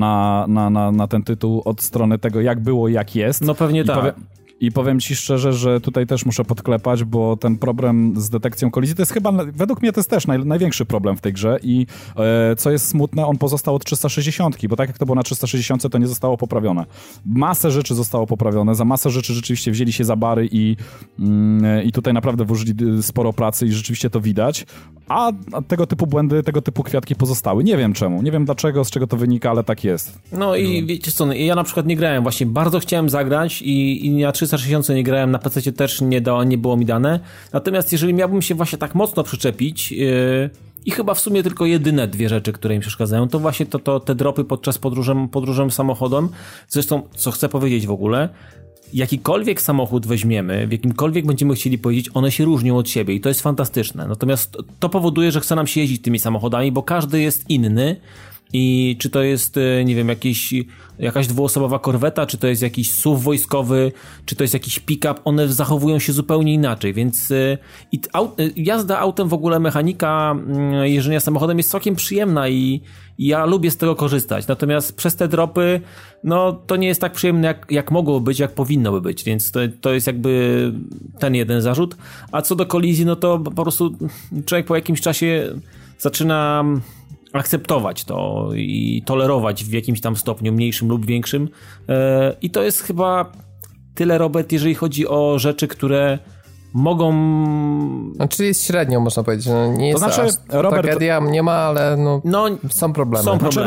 na ten tytuł od strony tego, jak było i jak jest. No pewnie tak. I powiem ci szczerze, że tutaj też muszę podklepać, bo ten problem z detekcją kolizji to jest chyba, według mnie to jest też największy problem w tej grze i co jest smutne, on pozostał od 360, bo tak jak to było na 360, to nie zostało poprawione. Masę rzeczy zostało poprawione, za masę rzeczy rzeczywiście wzięli się za bary i tutaj naprawdę włożyli sporo pracy i rzeczywiście to widać, a tego typu błędy, tego typu kwiatki pozostały. Nie wiem czemu, nie wiem dlaczego, z czego to wynika, ale tak jest. No i wiecie co, ja na przykład nie grałem, właśnie bardzo chciałem zagrać i na 360 nie grałem, na PC też nie było mi dane. Natomiast jeżeli miałbym się właśnie tak mocno przyczepić i chyba w sumie tylko jedyne dwie rzeczy, które mi przeszkadzają, to właśnie te dropy podczas podróżem samochodem. Zresztą, co chcę powiedzieć w ogóle, jakikolwiek samochód weźmiemy, w jakimkolwiek będziemy chcieli pojeździć, one się różnią od siebie i to jest fantastyczne. Natomiast to powoduje, że chce nam się jeździć tymi samochodami, bo każdy jest inny. I czy to jest, nie wiem, jakaś dwuosobowa korweta, czy to jest jakiś SUV wojskowy, czy to jest jakiś pick-up, one zachowują się zupełnie inaczej, więc jazda autem w ogóle, mechanika jeżdżenia samochodem jest całkiem przyjemna i ja lubię z tego korzystać, natomiast przez te dropy, to nie jest tak przyjemne jak mogłoby być, jak powinno być, więc to jest jakby ten jeden zarzut, a co do kolizji, to po prostu człowiek po jakimś czasie zaczyna akceptować to i tolerować w jakimś tam stopniu, mniejszym lub większym. I to jest chyba tyle, Robert, jeżeli chodzi o rzeczy, które mogą... Czyli jest średnio, można powiedzieć. Nie jest tragedia, nie ma, ale są problemy.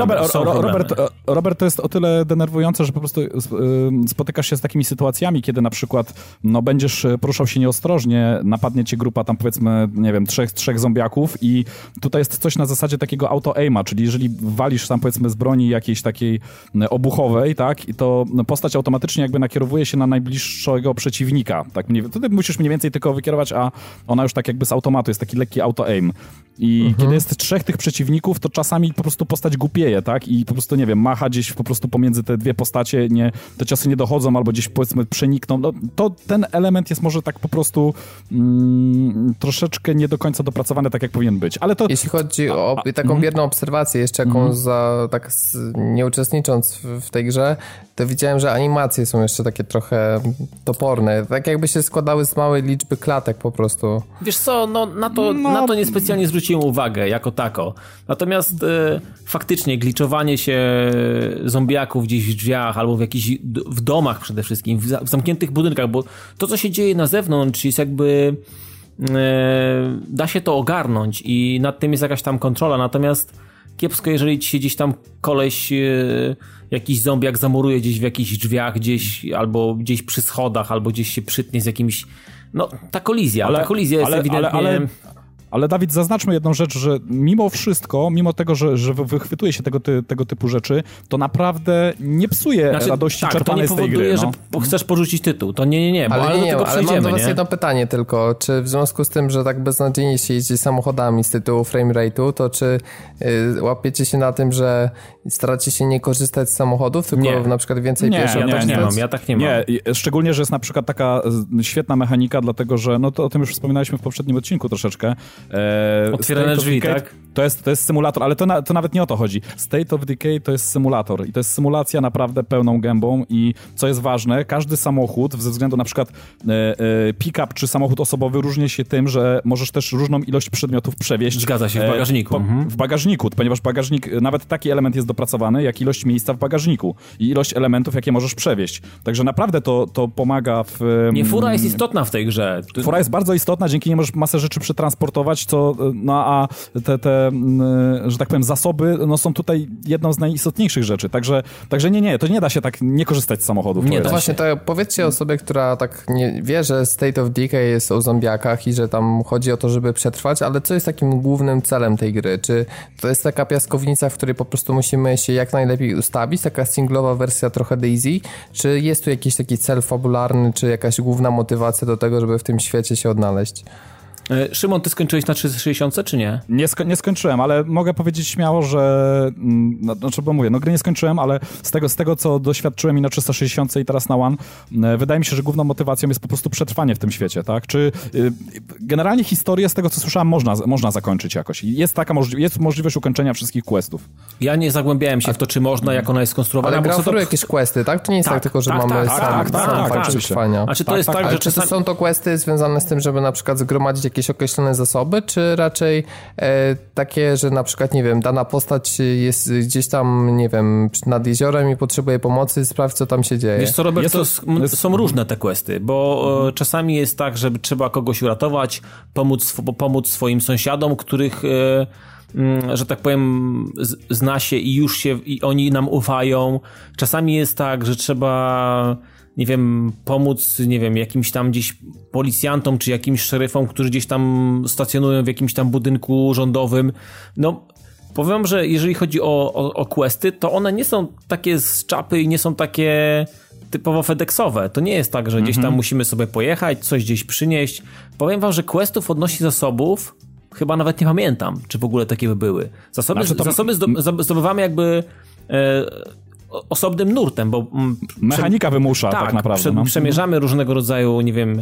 Robert, to jest o tyle denerwujące, że po prostu spotykasz się z takimi sytuacjami, kiedy na przykład będziesz poruszał się nieostrożnie, napadnie cię grupa tam powiedzmy, nie wiem, trzech zombiaków i tutaj jest coś na zasadzie takiego auto-aima, czyli jeżeli walisz tam powiedzmy z broni jakiejś takiej obuchowej, tak, i to postać automatycznie jakby nakierowuje się na najbliższego przeciwnika. Tak, wtedy musisz mniej więcej tylko wykierować, a ona już tak jakby z automatu, jest taki lekki auto-aim. I kiedy jest trzech tych przeciwników, to czasami po prostu postać głupieje, tak? I po prostu, nie wiem, macha gdzieś po prostu pomiędzy te dwie postacie, te ciosy nie dochodzą, albo gdzieś powiedzmy przenikną. To ten element jest może tak po prostu troszeczkę nie do końca dopracowany, tak jak powinien być. Ale to... Jeśli chodzi o taką bierną obserwację jeszcze, jaką nie uczestnicząc w tej grze, to widziałem, że animacje są jeszcze takie trochę toporne. Tak jakby się składały z małej liczby klatek po prostu. Wiesz co, na to niespecjalnie zwróciłem uwagę jako tako. Natomiast faktycznie gliczowanie się zombiaków gdzieś w drzwiach albo w domach przede wszystkim, w zamkniętych budynkach, bo to, co się dzieje na zewnątrz jest jakby da się to ogarnąć i nad tym jest jakaś tam kontrola, natomiast kiepsko, jeżeli ci się gdzieś tam koleś, jakiś zombiak zamuruje gdzieś w jakichś drzwiach, albo gdzieś przy schodach, albo gdzieś się przytnie z jakimś... ta kolizja jest ewidentnie... Ale Dawid, zaznaczmy jedną rzecz, że mimo wszystko, mimo tego, że wychwytuje się tego typu rzeczy, to naprawdę nie psuje radości czerpanej z tej gry. To nie powoduje, że chcesz porzucić tytuł. To nie, ale do tego przejdziemy. Mam do was jedno pytanie tylko. Czy w związku z tym, że tak beznadziejnie się jeździ samochodami z tytułu frame rate'u, to czy łapiecie się na tym, że staracie się nie korzystać z samochodów, tylko na przykład więcej pieszo korzystać? Ja tak nie mam. Nie, szczególnie, że jest na przykład taka świetna mechanika, dlatego że, to o tym już wspominaliśmy w poprzednim odcinku troszeczkę, Otwierane drzwi, tak? To jest symulator, ale to nawet nie o to chodzi. State of Decay to jest symulator i to jest symulacja naprawdę pełną gębą i co jest ważne, każdy samochód, ze względu na przykład pick-up czy samochód osobowy różni się tym, że możesz też różną ilość przedmiotów przewieźć. Zgadza się, w bagażniku. W bagażniku, ponieważ bagażnik, nawet taki element jest dopracowany, jak ilość miejsca w bagażniku i ilość elementów, jakie możesz przewieźć. Także naprawdę to pomaga w... Nie, fura jest istotna w tej grze. Fura jest bardzo istotna, dzięki niej możesz masę rzeczy przetransportować, a te że tak powiem, zasoby są tutaj jedną z najistotniejszych rzeczy. Także nie, to nie da się tak nie korzystać z samochodów. Nie, to właśnie, to powiedzcie osobie, która tak nie wie, że State of Decay jest o zombiakach i że tam chodzi o to, żeby przetrwać, ale co jest takim głównym celem tej gry? Czy to jest taka piaskownica, w której po prostu musimy się jak najlepiej ustawić, taka singlowa wersja trochę DayZ? Czy jest tu jakiś taki cel fabularny, czy jakaś główna motywacja do tego, żeby w tym świecie się odnaleźć? Szymon, ty skończyłeś na 360, czy nie? Nie skończyłem, ale mogę powiedzieć śmiało, że bo mówię, gry nie skończyłem, ale z tego, co doświadczyłem i na 360 i teraz na One, wydaje mi się, że główną motywacją jest po prostu przetrwanie w tym świecie, tak? Czy generalnie historię, z tego co słyszałem, można zakończyć jakoś. Jest jest możliwość ukończenia wszystkich questów. Ja nie zagłębiałem się w to, czy można, jak ona jest skonstruowana. Ale gra oferuje jakieś questy, tak? To nie jest tak tylko, że mamy sam fakt przetrwania. A czy to jest tak, że czy są to questy związane z tym, żeby na przykład zgromadzić jakieś określone zasoby, czy raczej takie, że na przykład, nie wiem, dana postać jest gdzieś tam, nie wiem, nad jeziorem i potrzebuje pomocy, sprawdź, co tam się dzieje. Wiesz co, Robert, są różne te questy, bo czasami jest tak, że trzeba kogoś uratować, pomóc swoim sąsiadom, których że tak powiem zna się i oni nam ufają. Czasami jest tak, że trzeba, nie wiem, pomóc, nie wiem, jakimś tam gdzieś policjantom, czy jakimś szeryfom, którzy gdzieś tam stacjonują w jakimś tam budynku rządowym. Powiem, że jeżeli chodzi o questy, to one nie są takie z czapy i nie są takie typowo FedExowe. To nie jest tak, że gdzieś tam musimy sobie pojechać, coś gdzieś przynieść. Powiem wam, że questów odnośnie zasobów chyba nawet nie pamiętam, czy w ogóle takie by były. Zasoby zdobywamy jakby osobnym nurtem, bo mechanika wymusza tak naprawdę. Przemierzamy różnego rodzaju, nie wiem,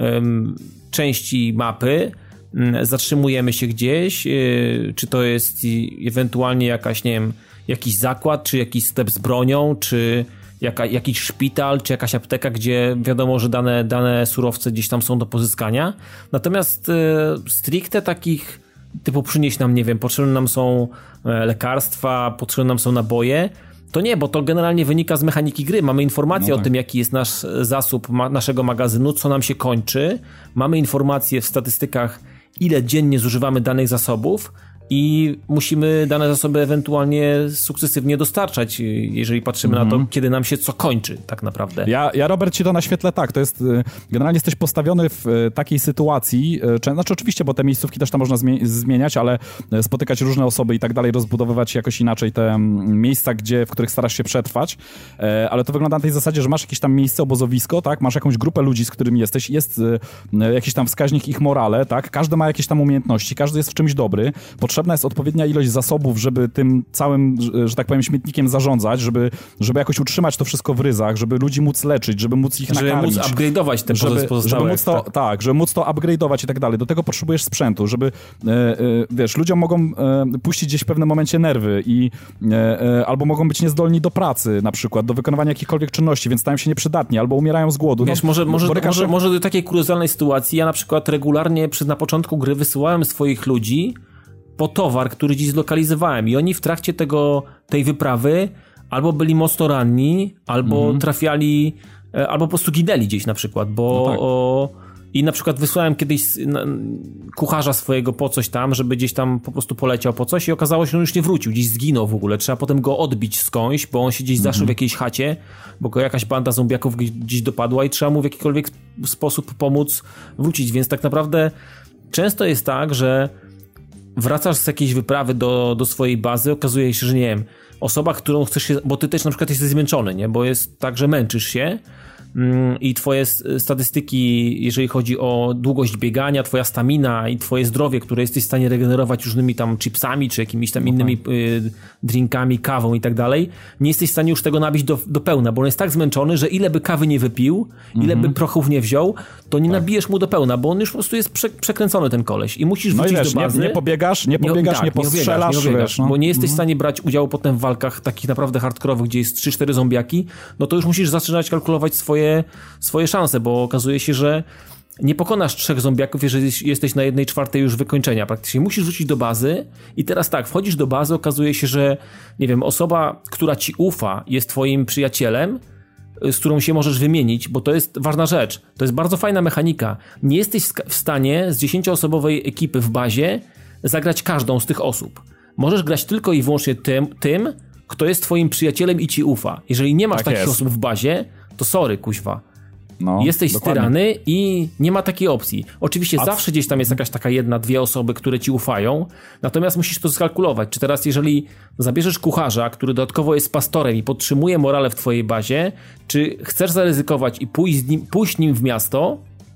części mapy, zatrzymujemy się gdzieś, czy to jest ewentualnie jakaś, nie wiem, jakiś zakład, czy jakiś sklep z bronią, czy jakiś szpital, czy jakaś apteka, gdzie wiadomo, że dane surowce gdzieś tam są do pozyskania. Natomiast stricte takich typu przynieść nam, nie wiem, potrzebne nam są lekarstwa, potrzebne nam są naboje, to nie, bo to generalnie wynika z mechaniki gry. Mamy informację o tym, jaki jest nasz zasób naszego magazynu, co nam się kończy. Mamy informację w statystykach, ile dziennie zużywamy danych zasobów i musimy dane zasoby ewentualnie sukcesywnie dostarczać, jeżeli patrzymy na to, kiedy nam się co kończy tak naprawdę. Ja Robert, ci to naświetlę tak, to jest, generalnie jesteś postawiony w takiej sytuacji, znaczy oczywiście, bo te miejscówki też tam można zmieniać, ale spotykać różne osoby i tak dalej, rozbudowywać jakoś inaczej te miejsca, w których starasz się przetrwać, ale to wygląda na tej zasadzie, że masz jakieś tam miejsce, obozowisko, tak, masz jakąś grupę ludzi, z którymi jesteś, jest jakiś tam wskaźnik ich morale, tak, każdy ma jakieś tam umiejętności, każdy jest w czymś dobry, potrzebna jest odpowiednia ilość zasobów, żeby tym całym, że tak powiem, śmietnikiem zarządzać, żeby jakoś utrzymać to wszystko w ryzach, żeby ludzi móc leczyć, żeby móc ich nakarmić. Żeby móc upgrade'ować te pozostałe. Żeby móc to, tak, żeby móc to upgrade'ować i tak dalej. Do tego potrzebujesz sprzętu, żeby, wiesz, ludziom mogą puścić gdzieś w pewnym momencie nerwy i albo mogą być niezdolni do pracy, na przykład, do wykonywania jakichkolwiek czynności, więc stają się nieprzydatni, albo umierają z głodu. Wiesz, może do takiej kuriozalnej sytuacji, ja na przykład regularnie na początku gry wysyłałem swoich ludzi po towar, który gdzieś zlokalizowałem i oni w trakcie tej wyprawy albo byli mocno ranni, albo trafiali, albo po prostu ginęli gdzieś na przykład, i na przykład wysłałem kiedyś kucharza swojego po coś tam, żeby gdzieś tam po prostu poleciał po coś i okazało się, że on już nie wrócił, gdzieś zginął w ogóle, trzeba potem go odbić skądś, bo on się gdzieś zaszył w jakiejś chacie, bo go jakaś banda zombiaków gdzieś dopadła i trzeba mu w jakikolwiek sposób pomóc wrócić, więc tak naprawdę często jest tak, że wracasz z jakiejś wyprawy do swojej bazy, okazuje się, że nie wiem, osoba, którą chcesz się, bo ty też na przykład jesteś zmęczony, nie? Bo jest tak, że męczysz się, i twoje statystyki, jeżeli chodzi o długość biegania, twoja stamina i twoje zdrowie, które jesteś w stanie regenerować różnymi tam chipsami, czy jakimiś tam innymi drinkami, kawą i tak dalej, nie jesteś w stanie już tego nabić do pełna, bo on jest tak zmęczony, że ile by kawy nie wypił, ile by prochów nie wziął, to nie nabijesz mu do pełna, bo on już po prostu jest przekręcony ten koleś i musisz wrócić do bazy. Nie pobiegasz, nie postrzelasz, wiesz, bo nie jesteś w stanie brać udziału potem w walkach takich naprawdę hardkorowych, gdzie jest 3-4 zombiaki, no to już musisz zaczynać kalkulować swoje szanse, bo okazuje się, że nie pokonasz 3 zombiaków, jeżeli jesteś na 1/4 już wykończenia praktycznie. Musisz wrócić do bazy i teraz tak, wchodzisz do bazy, okazuje się, że nie wiem, osoba, która ci ufa, jest twoim przyjacielem, z którą się możesz wymienić, bo to jest ważna rzecz. To jest bardzo fajna mechanika. Nie jesteś w stanie z 10-osobowej ekipy w bazie zagrać każdą z tych osób. Możesz grać tylko i wyłącznie tym, kto jest twoim przyjacielem i ci ufa. Jeżeli nie masz takich osób w bazie, to sorry, kuźwa. Jesteś styrany i nie ma takiej opcji. Oczywiście zawsze gdzieś tam jest jakaś taka 1-2 osoby, które ci ufają, natomiast musisz to skalkulować. Czy teraz jeżeli zabierzesz kucharza, który dodatkowo jest pastorem i podtrzymuje morale w twojej bazie, czy chcesz zaryzykować i pójść nim w miasto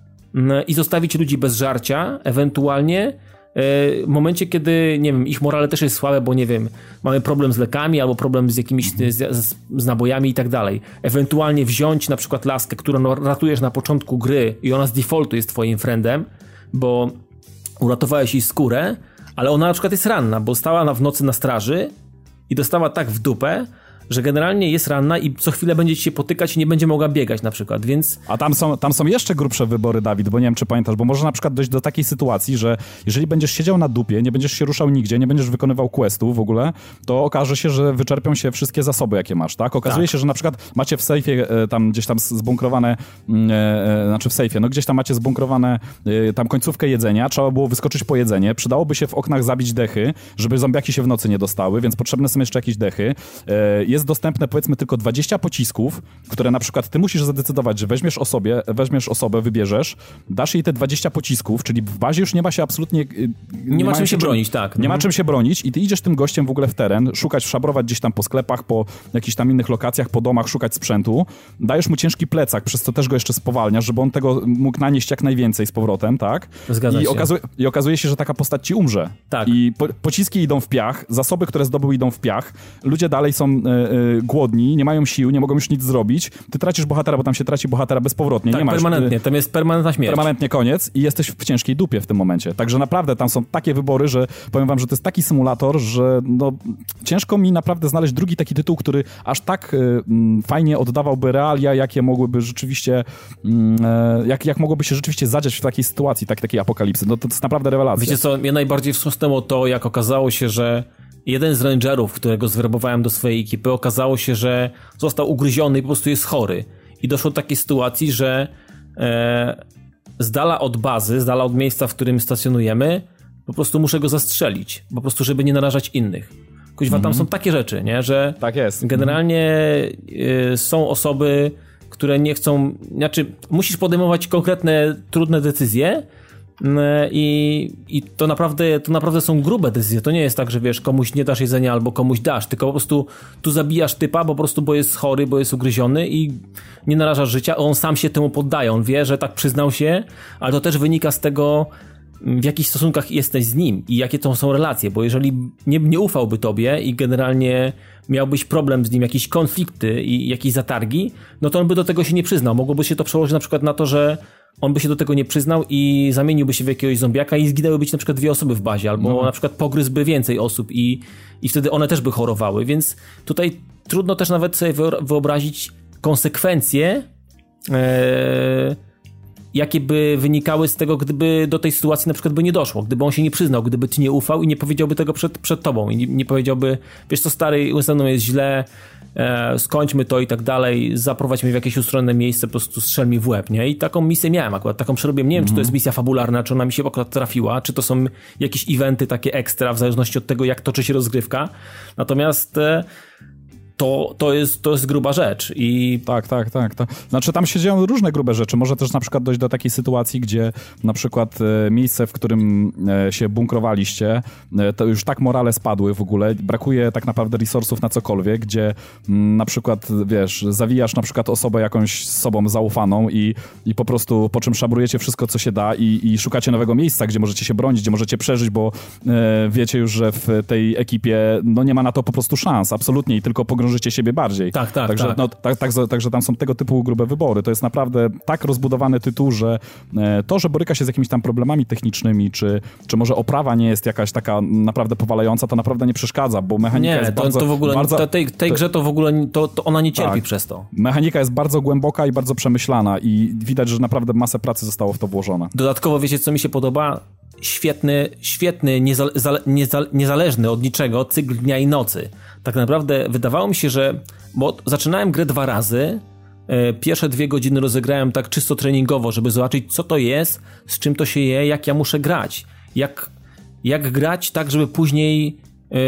i zostawić ludzi bez żarcia, ewentualnie w momencie, kiedy, nie wiem, ich morale też jest słabe, bo nie wiem, mamy problem z lekami albo problem z jakimiś z nabojami i tak dalej. Ewentualnie wziąć na przykład laskę, którą ratujesz na początku gry i ona z defaultu jest twoim friendem, bo uratowałeś jej skórę, ale ona na przykład jest ranna, bo stała w nocy na straży i dostała tak w dupę, że generalnie jest ranna i co chwilę będzie ci się potykać i nie będzie mogła biegać na przykład, więc... A tam są jeszcze grubsze wybory, Dawid, bo nie wiem, czy pamiętasz, bo może na przykład dojść do takiej sytuacji, że jeżeli będziesz siedział na dupie, nie będziesz się ruszał nigdzie, nie będziesz wykonywał questu w ogóle, to okaże się, że wyczerpią się wszystkie zasoby, jakie masz, tak? Okazuje się, że na przykład macie w sejfie tam gdzieś tam zbunkrowane, znaczy w sejfie, no gdzieś tam macie zbunkrowane tam końcówkę jedzenia, trzeba było wyskoczyć po jedzenie, przydałoby się w oknach zabić dechy, żeby zombiaki się w nocy nie dostały, więc potrzebne są jeszcze jakieś dechy. Jest dostępne powiedzmy tylko 20 pocisków, które na przykład ty musisz zadecydować, że weźmiesz osobę, wybierzesz, dasz jej te 20 pocisków, czyli w bazie już nie ma się absolutnie... Nie ma czym się bronić, tak. Nie ma czym się bronić i ty idziesz tym gościem w ogóle w teren, szukać, szabrować gdzieś tam po sklepach, po jakichś tam innych lokacjach, po domach, szukać sprzętu, dajesz mu ciężki plecak, przez co też go jeszcze spowalniasz, żeby on tego mógł nanieść jak najwięcej z powrotem, tak? Zgadza się. I okazuje się, że taka postać ci umrze. Tak. I pociski idą w piach, zasoby, które zdobył, idą w piach, ludzie dalej są głodni, nie mają sił, nie mogą już nic zrobić, ty tracisz bohatera, bo tam się traci bohatera bezpowrotnie. Tak, nie permanentnie, tam jest permanentna śmierć. Permanentnie koniec i jesteś w ciężkiej dupie w tym momencie. Także naprawdę tam są takie wybory, że powiem wam, że to jest taki symulator, że no, ciężko mi naprawdę znaleźć drugi taki tytuł, który aż tak fajnie oddawałby realia, jakie mogłyby rzeczywiście jak mogłoby się rzeczywiście zadziać w takiej sytuacji, takiej apokalipsy. No to jest naprawdę rewelacja. Wiecie co, mnie najbardziej wstrząsnęło to, jak okazało się, że jeden z rangerów, którego zwerbowałem do swojej ekipy, okazało się, że został ugryziony i po prostu jest chory. I doszło do takiej sytuacji, że z dala od bazy, z dala od miejsca, w którym stacjonujemy, po prostu muszę go zastrzelić. Po prostu, żeby nie narażać innych. Kuźwa, tam są takie rzeczy, nie? Że tak jest. Generalnie są osoby, które nie chcą... Znaczy, musisz podejmować konkretne, trudne decyzje, i to naprawdę są grube decyzje. To nie jest tak, że wiesz, komuś nie dasz jedzenia albo komuś dasz, tylko po prostu tu zabijasz typa, po prostu bo jest chory, bo jest ugryziony i nie narażasz życia. On sam się temu poddaje, on wie, że tak przyznał się, ale to też wynika z tego, w jakich stosunkach jesteś z nim i jakie to są relacje, bo jeżeli nie ufałby tobie i generalnie miałbyś problem z nim, jakieś konflikty i jakieś zatargi, no to on by do tego się nie przyznał. Mogłoby się to przełożyć na przykład na to, że on by się do tego nie przyznał i zamieniłby się w jakiegoś zombiaka i zginęłyby ci na przykład 2 osoby w bazie, albo na przykład pogryzłby więcej osób i wtedy one też by chorowały, więc tutaj trudno też nawet sobie wyobrazić konsekwencje, jakie by wynikały z tego, gdyby do tej sytuacji na przykład by nie doszło, gdyby on się nie przyznał, gdyby ci nie ufał i nie powiedziałby tego przed tobą i nie powiedziałby, wiesz co stary, ze mną jest źle, skończmy to i tak dalej, zaprowadź mnie w jakieś ustronne miejsce, po prostu strzel mi w łeb, nie? I taką misję miałem akurat, taką przerobiłem, nie wiem, czy to jest misja fabularna, czy ona mi się akurat trafiła, czy to są jakieś eventy takie ekstra, w zależności od tego, jak toczy się rozgrywka, natomiast to jest gruba rzecz. I... Tak. Znaczy tam się dzieją różne grube rzeczy. Może też na przykład dojść do takiej sytuacji, gdzie na przykład miejsce, w którym się bunkrowaliście, to już tak morale spadły w ogóle, brakuje tak naprawdę resursów na cokolwiek, gdzie na przykład, wiesz, zawijasz na przykład osobę jakąś z sobą zaufaną i po prostu po czym szabrujecie wszystko, co się da i szukacie nowego miejsca, gdzie możecie się bronić, gdzie możecie przeżyć, bo wiecie już, że w tej ekipie no nie ma na to po prostu szans, absolutnie, i tylko pogrążycie siebie bardziej. Także, no, także tam są tego typu grube wybory. To jest naprawdę tak rozbudowany tytuł, że to, że boryka się z jakimiś tam problemami technicznymi, czy może oprawa nie jest jakaś taka naprawdę powalająca, to naprawdę nie przeszkadza, bo mechanika jest bardzo... to w ogóle, tej grze to w ogóle, to ona nie cierpi przez to. Mechanika jest bardzo głęboka i bardzo przemyślana i widać, że naprawdę masę pracy zostało w to włożone. Dodatkowo wiecie, co mi się podoba? Świetny, niezależny od niczego cykl dnia i nocy. Tak naprawdę wydawało mi się, że... Bo zaczynałem grę 2 razy, pierwsze 2 godziny rozegrałem tak czysto treningowo, żeby zobaczyć, co to jest, z czym to się je, jak ja muszę grać. Jak grać tak, żeby później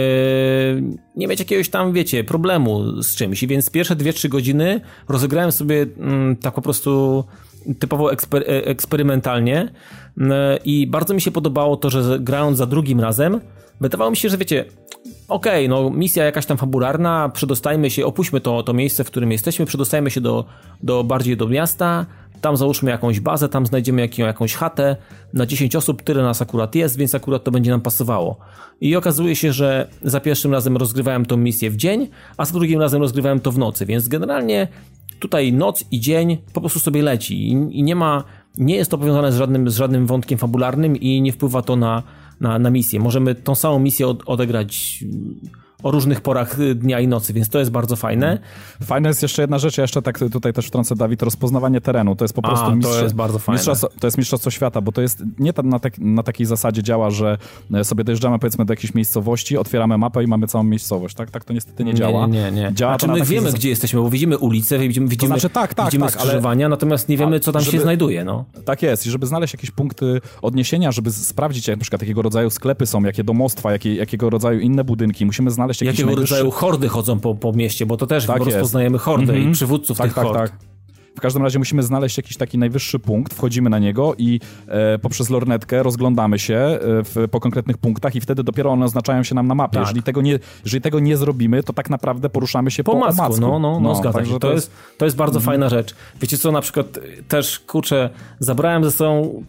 nie mieć jakiegoś tam, wiecie, problemu z czymś. I więc pierwsze 2-3 godziny rozegrałem sobie tak po prostu typowo eksperymentalnie i bardzo mi się podobało to, że grając za drugim razem, wydawało mi się, że wiecie, okej, no misja jakaś tam fabularna, przedostajmy się, opuśćmy to miejsce, w którym jesteśmy, przedostajmy się bardziej do miasta, tam załóżmy jakąś bazę, tam znajdziemy jakąś chatę na 10 osób, tyle nas akurat jest, więc akurat to będzie nam pasowało. I okazuje się, że za pierwszym razem rozgrywałem tą misję w dzień, a za drugim razem rozgrywałem to w nocy, więc generalnie tutaj noc i dzień po prostu sobie leci i nie jest to powiązane z żadnym wątkiem fabularnym i nie wpływa to na misję. Możemy tą samą misję odegrać o różnych porach dnia i nocy, więc to jest bardzo fajne. Fajna jest jeszcze jedna rzecz, ja jeszcze tak tutaj też wtrącę, Dawid, rozpoznawanie terenu. To jest po prostu to jest bardzo fajne. To jest mistrzostwo świata, bo to jest nie na takiej zasadzie działa, że sobie dojeżdżamy powiedzmy do jakiejś miejscowości, otwieramy mapę i mamy całą miejscowość. Tak to niestety nie działa. Nie. Działa my wiemy, gdzie jesteśmy, bo widzimy ulicę, widzimy skrzyżowania, natomiast nie wiemy, co tam się znajduje. No. Tak jest. I żeby znaleźć jakieś punkty odniesienia, żeby sprawdzić, jak na przykład jakiego rodzaju sklepy są, jakie domostwa, jakiego rodzaju inne budynki, musimy znaleźć jakiego rodzaju hordy chodzą po mieście, bo to też rozpoznajemy hordy i przywódców tych hord. Tak. W każdym razie musimy znaleźć jakiś taki najwyższy punkt, wchodzimy na niego i poprzez lornetkę rozglądamy się po konkretnych punktach i wtedy dopiero one oznaczają się nam na mapie. Tak. Jeżeli tego nie zrobimy, to tak naprawdę poruszamy się po omacku. No, zgadzam się. To jest bardzo fajna rzecz. Wiecie co, na przykład też, zabrałem ze sobą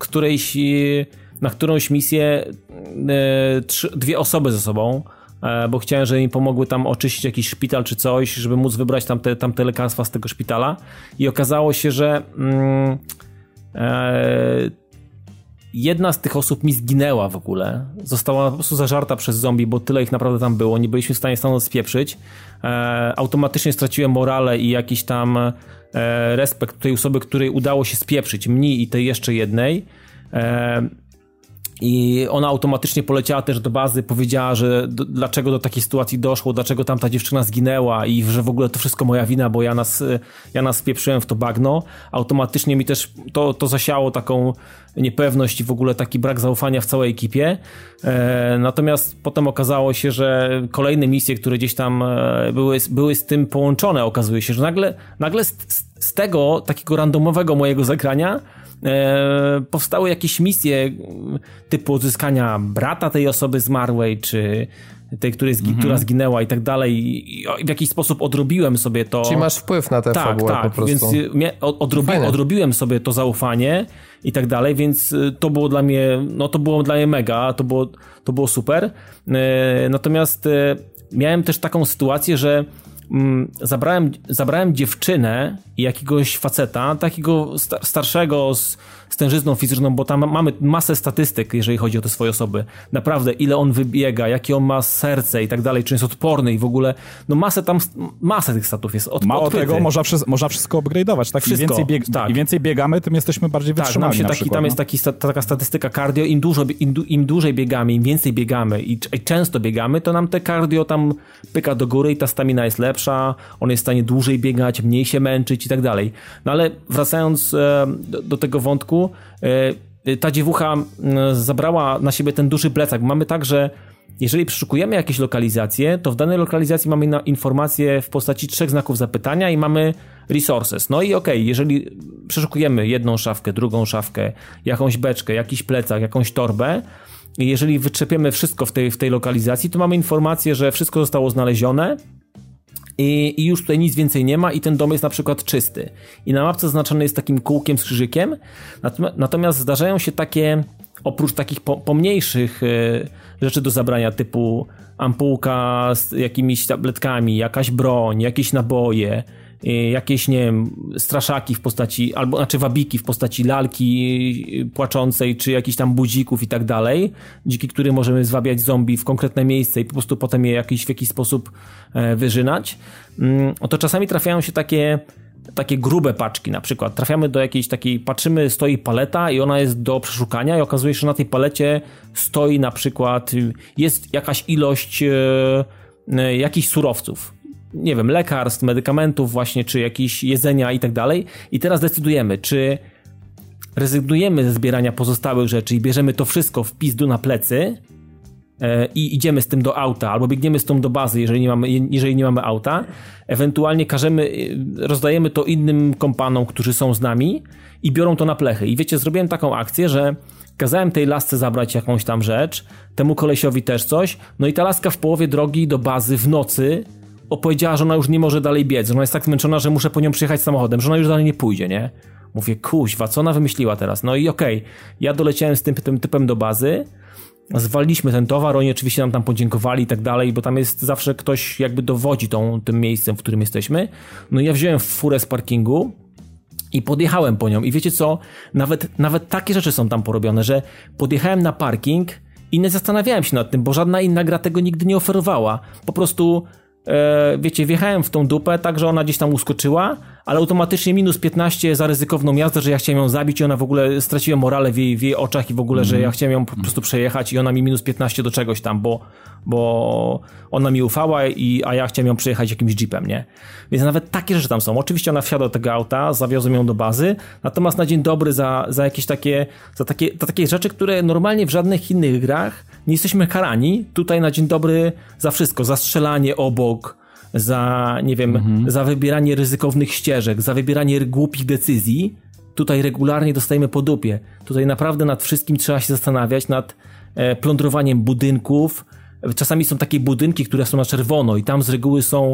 na którąś misję 2 osoby ze sobą, bo chciałem, żeby mi pomogły tam oczyścić jakiś szpital czy coś, żeby móc wybrać tamte lekarstwa z tego szpitala i okazało się, że jedna z tych osób mi zginęła w ogóle, została po prostu zażarta przez zombie, bo tyle ich naprawdę tam było, nie byliśmy w stanie stamtąd spieprzyć, automatycznie straciłem morale i jakiś tam respekt tej osoby, której udało się spieprzyć, mnie i tej jeszcze jednej. I ona automatycznie poleciała też do bazy, powiedziała, że dlaczego do takiej sytuacji doszło, dlaczego tamta dziewczyna zginęła i że w ogóle to wszystko moja wina, bo ja nas spieprzyłem w to bagno. Automatycznie mi też to zasiało taką niepewność i w ogóle taki brak zaufania w całej ekipie. Natomiast potem okazało się, że kolejne misje, które gdzieś tam były z tym połączone, okazuje się, że nagle z tego takiego randomowego mojego zagrania powstały jakieś misje typu odzyskania brata tej osoby zmarłej, czy tej, która zginęła i tak dalej. I w jakiś sposób odrobiłem sobie to. Czyli masz wpływ na tę fabułę po prostu. Więc odrobiłem sobie to zaufanie i tak dalej, więc to było dla mnie mega, to było super. Natomiast miałem też taką sytuację, że zabrałem dziewczynę i jakiegoś faceta, takiego starszego z tężyzną fizyczną, bo tam mamy masę statystyk, jeżeli chodzi o te swoje osoby. Naprawdę, ile on wybiega, jakie on ma serce i tak dalej, czy jest odporny i w ogóle, no masę tych statów jest odpyty. Mało tego, można wszystko upgrade'ować, tak? Wszystko, Im więcej biegamy, tym jesteśmy bardziej wytrzymani tam jest taka statystyka cardio, im dłużej biegamy, im więcej biegamy i często biegamy, to nam te cardio tam pyka do góry i ta stamina jest lepsza, on jest w stanie dłużej biegać, mniej się męczyć i tak dalej. No ale wracając do tego wątku, ta dziewucha zabrała na siebie ten duży plecak. Mamy tak, że jeżeli przeszukujemy jakieś lokalizacje, to w danej lokalizacji mamy informacje w postaci 3 znaków zapytania i mamy resources. No i okej, jeżeli przeszukujemy jedną szafkę, drugą szafkę, jakąś beczkę, jakiś plecak, jakąś torbę, i jeżeli wyczepiemy wszystko w tej lokalizacji, to mamy informację, że wszystko zostało znalezione i już tutaj nic więcej nie ma i ten dom jest na przykład czysty. I na mapce zaznaczony jest takim kółkiem z krzyżykiem, natomiast zdarzają się takie, oprócz takich pomniejszych rzeczy do zabrania, typu ampułka z jakimiś tabletkami, jakaś broń, jakieś naboje, jakieś, nie wiem, straszaki w postaci, wabiki w postaci lalki płaczącej, czy jakichś tam budzików i tak dalej. Dzięki którym możemy zwabiać zombie w konkretne miejsce i po prostu potem je w jakiś sposób wyżynać. To czasami trafiają się takie grube paczki, na przykład trafiamy do jakiejś takiej, patrzymy, stoi paleta i ona jest do przeszukania i okazuje się, że na tej palecie stoi na przykład, jest jakaś ilość jakichś surowców, nie wiem, lekarstw, medykamentów właśnie, czy jakieś jedzenia i tak dalej. I teraz decydujemy, czy rezygnujemy ze zbierania pozostałych rzeczy i bierzemy to wszystko w pizdu na plecy i idziemy z tym do auta, albo biegniemy z tym do bazy, jeżeli nie mamy auta. Ewentualnie rozdajemy to innym kompanom, którzy są z nami i biorą to na plechy. I wiecie, zrobiłem taką akcję, że kazałem tej lasce zabrać jakąś tam rzecz, temu kolesiowi też coś, no i ta laska w połowie drogi do bazy w nocy opowiedziała, że ona już nie może dalej biec, że ona jest tak zmęczona, że muszę po nią przyjechać samochodem, że ona już dalej nie pójdzie, nie? Mówię, kuźwa, co ona wymyśliła teraz? No i okej, ja doleciałem z tym typem do bazy, zwaliliśmy ten towar, oni oczywiście nam tam podziękowali i tak dalej, bo tam jest zawsze ktoś jakby dowodzi tym miejscem, w którym jesteśmy. No i ja wziąłem furę z parkingu i podjechałem po nią i wiecie co? Nawet takie rzeczy są tam porobione, że podjechałem na parking i nie zastanawiałem się nad tym, bo żadna inna gra tego nigdy nie oferowała. Po prostu wiecie, wjechałem w tą dupę tak, że ona gdzieś tam uskoczyła, ale automatycznie minus 15 za ryzykowną jazdę, że ja chciałem ją zabić i ona w ogóle, straciłem morale w jej oczach i w ogóle, że ja chciałem ją po prostu przejechać i ona mi minus 15 do czegoś tam, bo ona mi ufała, a ja chciałem ją przejechać jakimś jeepem, nie? Więc nawet takie rzeczy tam są. Oczywiście ona wsiadła do tego auta, zawiozłem ją do bazy, natomiast na dzień dobry za jakieś takie rzeczy, które normalnie w żadnych innych grach nie jesteśmy karani. Tutaj na dzień dobry za wszystko, za strzelanie obok, za, nie wiem, za wybieranie ryzykownych ścieżek, za wybieranie głupich decyzji, tutaj regularnie dostajemy po dupie. Tutaj naprawdę nad wszystkim trzeba się zastanawiać, nad plądrowaniem budynków. Czasami są takie budynki, które są na czerwono i tam z reguły są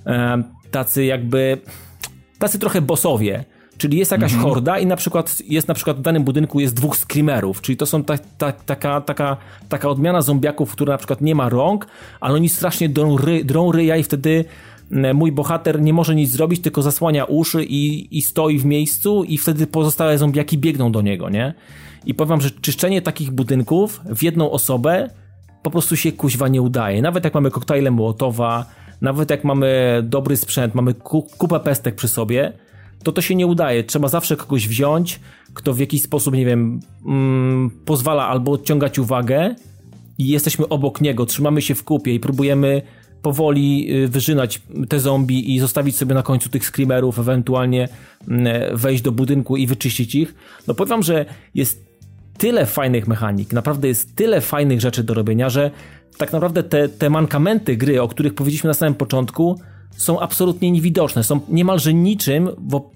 tacy trochę bossowie. Czyli jest jakaś horda i na przykład w danym budynku jest 2 screamerów, czyli to są taka odmiana zombiaków, która na przykład nie ma rąk, ale oni strasznie drą ryja i wtedy mój bohater nie może nic zrobić, tylko zasłania uszy i stoi w miejscu i wtedy pozostałe zombiaki biegną do niego, nie? I powiem wam, że czyszczenie takich budynków w jedną osobę po prostu się kuźwa nie udaje. Nawet jak mamy koktajle Mołotowa, nawet jak mamy dobry sprzęt, mamy kupę pestek przy sobie, to się nie udaje. Trzeba zawsze kogoś wziąć, kto w jakiś sposób, nie wiem, pozwala albo odciągać uwagę i jesteśmy obok niego, trzymamy się w kupie i próbujemy powoli wyżynać te zombie i zostawić sobie na końcu tych screamerów, ewentualnie wejść do budynku i wyczyścić ich. No powiem wam, że jest tyle fajnych mechanik, naprawdę jest tyle fajnych rzeczy do robienia, że tak naprawdę te mankamenty gry, o których powiedzieliśmy na samym początku, są absolutnie niewidoczne, są niemalże niczym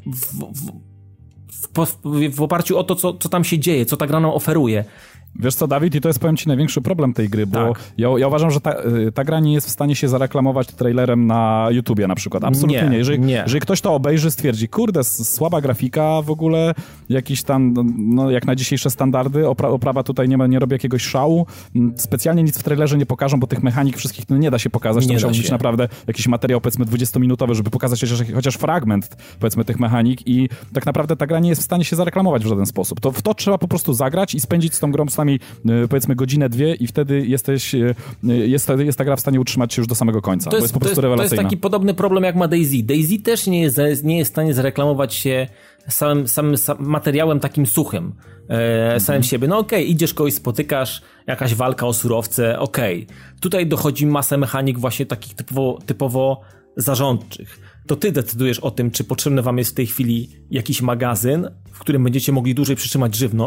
w oparciu o to, co tam się dzieje, co ta gra nam oferuje. Wiesz co, Dawid, i to jest, powiem ci, największy problem tej gry, bo ja uważam, że ta gra nie jest w stanie się zareklamować trailerem na YouTubie na przykład. Absolutnie nie. Jeżeli ktoś to obejrzy, stwierdzi, kurde, słaba grafika w ogóle, jakiś tam, no jak na dzisiejsze standardy, oprawa tutaj nie robi jakiegoś szału, specjalnie nic w trailerze nie pokażą, bo tych mechanik wszystkich nie da się pokazać. To musiał być naprawdę jakiś materiał, powiedzmy, 20-minutowy, żeby pokazać chociaż fragment, powiedzmy, tych mechanik i tak naprawdę ta gra nie jest w stanie się zareklamować w żaden sposób. W to trzeba po prostu zagrać i spędzić z tą grą powiedzmy godzinę, 2 i wtedy jest ta gra w stanie utrzymać się już do samego końca. To jest po prostu rewelacyjna. To jest taki podobny problem jak ma DayZ. DayZ też nie jest w stanie zareklamować się samym materiałem takim suchym, samym siebie. No okej, idziesz kogoś spotykasz, jakaś walka o surowce, okej. Tutaj dochodzi masa mechanik właśnie takich typowo zarządczych. To ty decydujesz o tym, czy potrzebny wam jest w tej chwili jakiś magazyn, w którym będziecie mogli dłużej przytrzymać żywność,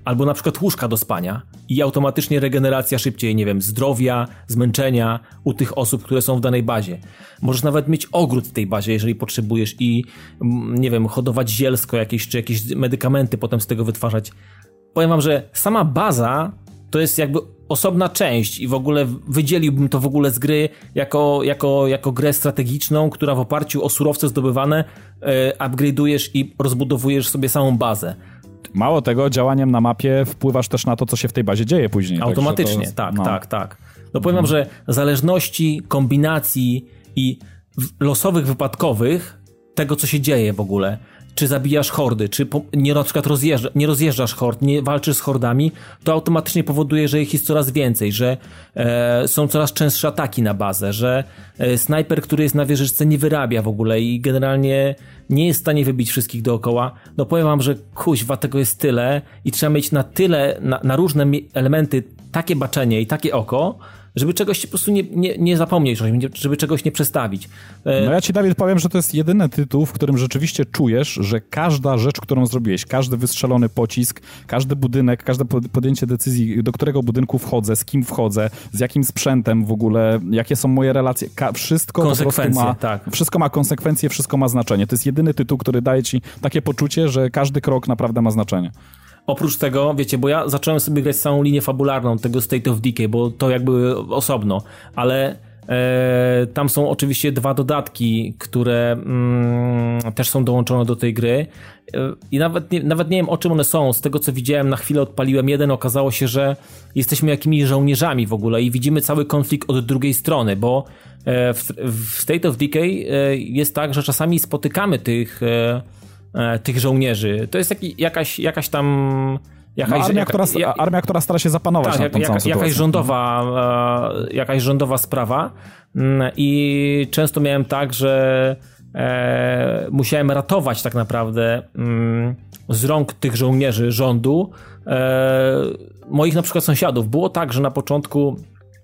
albo na przykład łóżka do spania i automatycznie regeneracja szybciej, nie wiem, zdrowia, zmęczenia u tych osób, które są w danej bazie. Możesz nawet mieć ogród w tej bazie, jeżeli potrzebujesz i, nie wiem, hodować zielsko jakieś, czy jakieś medykamenty potem z tego wytwarzać. Powiem wam, że sama baza to jest jakby osobna część i w ogóle wydzieliłbym to w ogóle z gry jako grę strategiczną, która w oparciu o surowce zdobywane upgrade'ujesz i rozbudowujesz sobie samą bazę. Mało tego, działaniem na mapie wpływasz też na to, co się w tej bazie dzieje później. Automatycznie, tak. No powiem wam, że zależności, kombinacji i losowych, wypadkowych tego, co się dzieje w ogóle, czy zabijasz hordy, czy na przykład nie rozjeżdżasz hord, nie walczysz z hordami, to automatycznie powoduje, że ich jest coraz więcej, że są coraz częstsze ataki na bazę, że snajper, który jest na wieżyczce, nie wyrabia w ogóle i generalnie nie jest w stanie wybić wszystkich dookoła. No powiem wam, że kuźwa, tego jest tyle i trzeba mieć na tyle, na różne elementy takie baczenie i takie oko, żeby czegoś po prostu nie zapomnieć, żeby czegoś nie przestawić. No ja ci, Dawid, powiem, że to jest jedyny tytuł, w którym rzeczywiście czujesz, że każda rzecz, którą zrobiłeś, każdy wystrzelony pocisk, każdy budynek, każde podjęcie decyzji, do którego budynku wchodzę, z kim wchodzę, z jakim sprzętem w ogóle, jakie są moje relacje, wszystko po prostu ma, wszystko ma konsekwencje, wszystko ma znaczenie. To jest jedyny tytuł, który daje ci takie poczucie, że każdy krok naprawdę ma znaczenie. Oprócz tego, wiecie, bo ja zacząłem sobie grać całą linię fabularną tego State of Decay, bo to jakby osobno, ale tam są oczywiście 2 dodatki, które też są dołączone do tej gry i nawet nie wiem, o czym one są. Z tego, co widziałem, na chwilę odpaliłem jeden, okazało się, że jesteśmy jakimiś żołnierzami w ogóle i widzimy cały konflikt od drugiej strony, bo w State of Decay jest tak, że czasami spotykamy tych żołnierzy. To jest jakaś tam... Armia, która stara się zapanować nad tą całą sytuację. Jakaś rządowa sprawa i często miałem tak, że musiałem ratować tak naprawdę z rąk tych żołnierzy rządu moich na przykład sąsiadów. Było tak, że na początku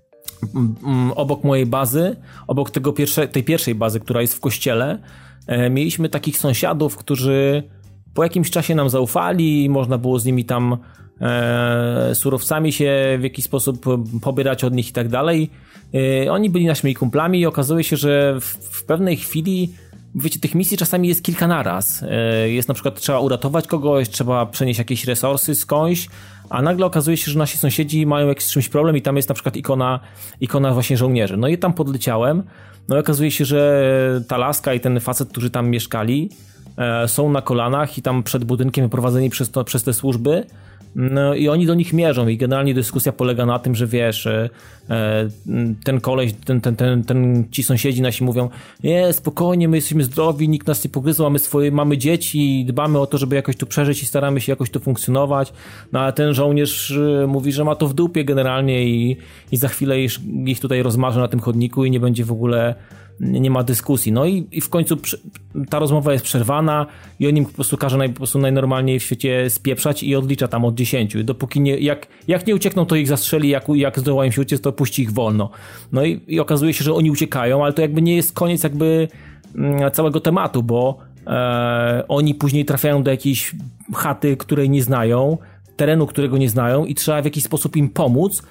obok mojej bazy, obok tej pierwszej bazy, która jest w kościele, mieliśmy takich sąsiadów, którzy po jakimś czasie nam zaufali i można było z nimi tam surowcami się w jakiś sposób pobierać od nich i tak dalej. Oni byli naszymi kumplami i okazuje się, że w pewnej chwili, wiecie, tych misji czasami jest kilka naraz. Jest na przykład trzeba uratować kogoś, trzeba przenieść jakieś resursy skądś, a nagle okazuje się, że nasi sąsiedzi mają jakiś z czymś problem i tam jest na przykład ikona właśnie żołnierzy. No i tam podleciałem, no i okazuje się, że ta laska i ten facet, którzy tam mieszkali, są na kolanach i tam przed budynkiem wyprowadzeni przez te służby. No i oni do nich mierzą i generalnie dyskusja polega na tym, że wiesz, ten koleś, ci sąsiedzi nasi mówią, nie, spokojnie, my jesteśmy zdrowi, nikt nas nie pogryzł, mamy dzieci i dbamy o to, żeby jakoś tu przeżyć i staramy się jakoś tu funkcjonować, no ale ten żołnierz mówi, że ma to w dupie generalnie i za chwilę ich tutaj rozmarzy na tym chodniku i nie będzie w ogóle, nie ma dyskusji. No i w końcu ta rozmowa jest przerwana i on im po prostu każe najnormalniej w świecie spieprzać i odlicza tam od 10. Dopóki jak nie uciekną, to ich zastrzeli, jak zdołają się uciec, to puści ich wolno. No i okazuje się, że oni uciekają, ale to jakby nie jest koniec jakby całego tematu, bo oni później trafiają do jakiejś chaty, której nie znają, terenu, którego nie znają i trzeba w jakiś sposób im pomóc,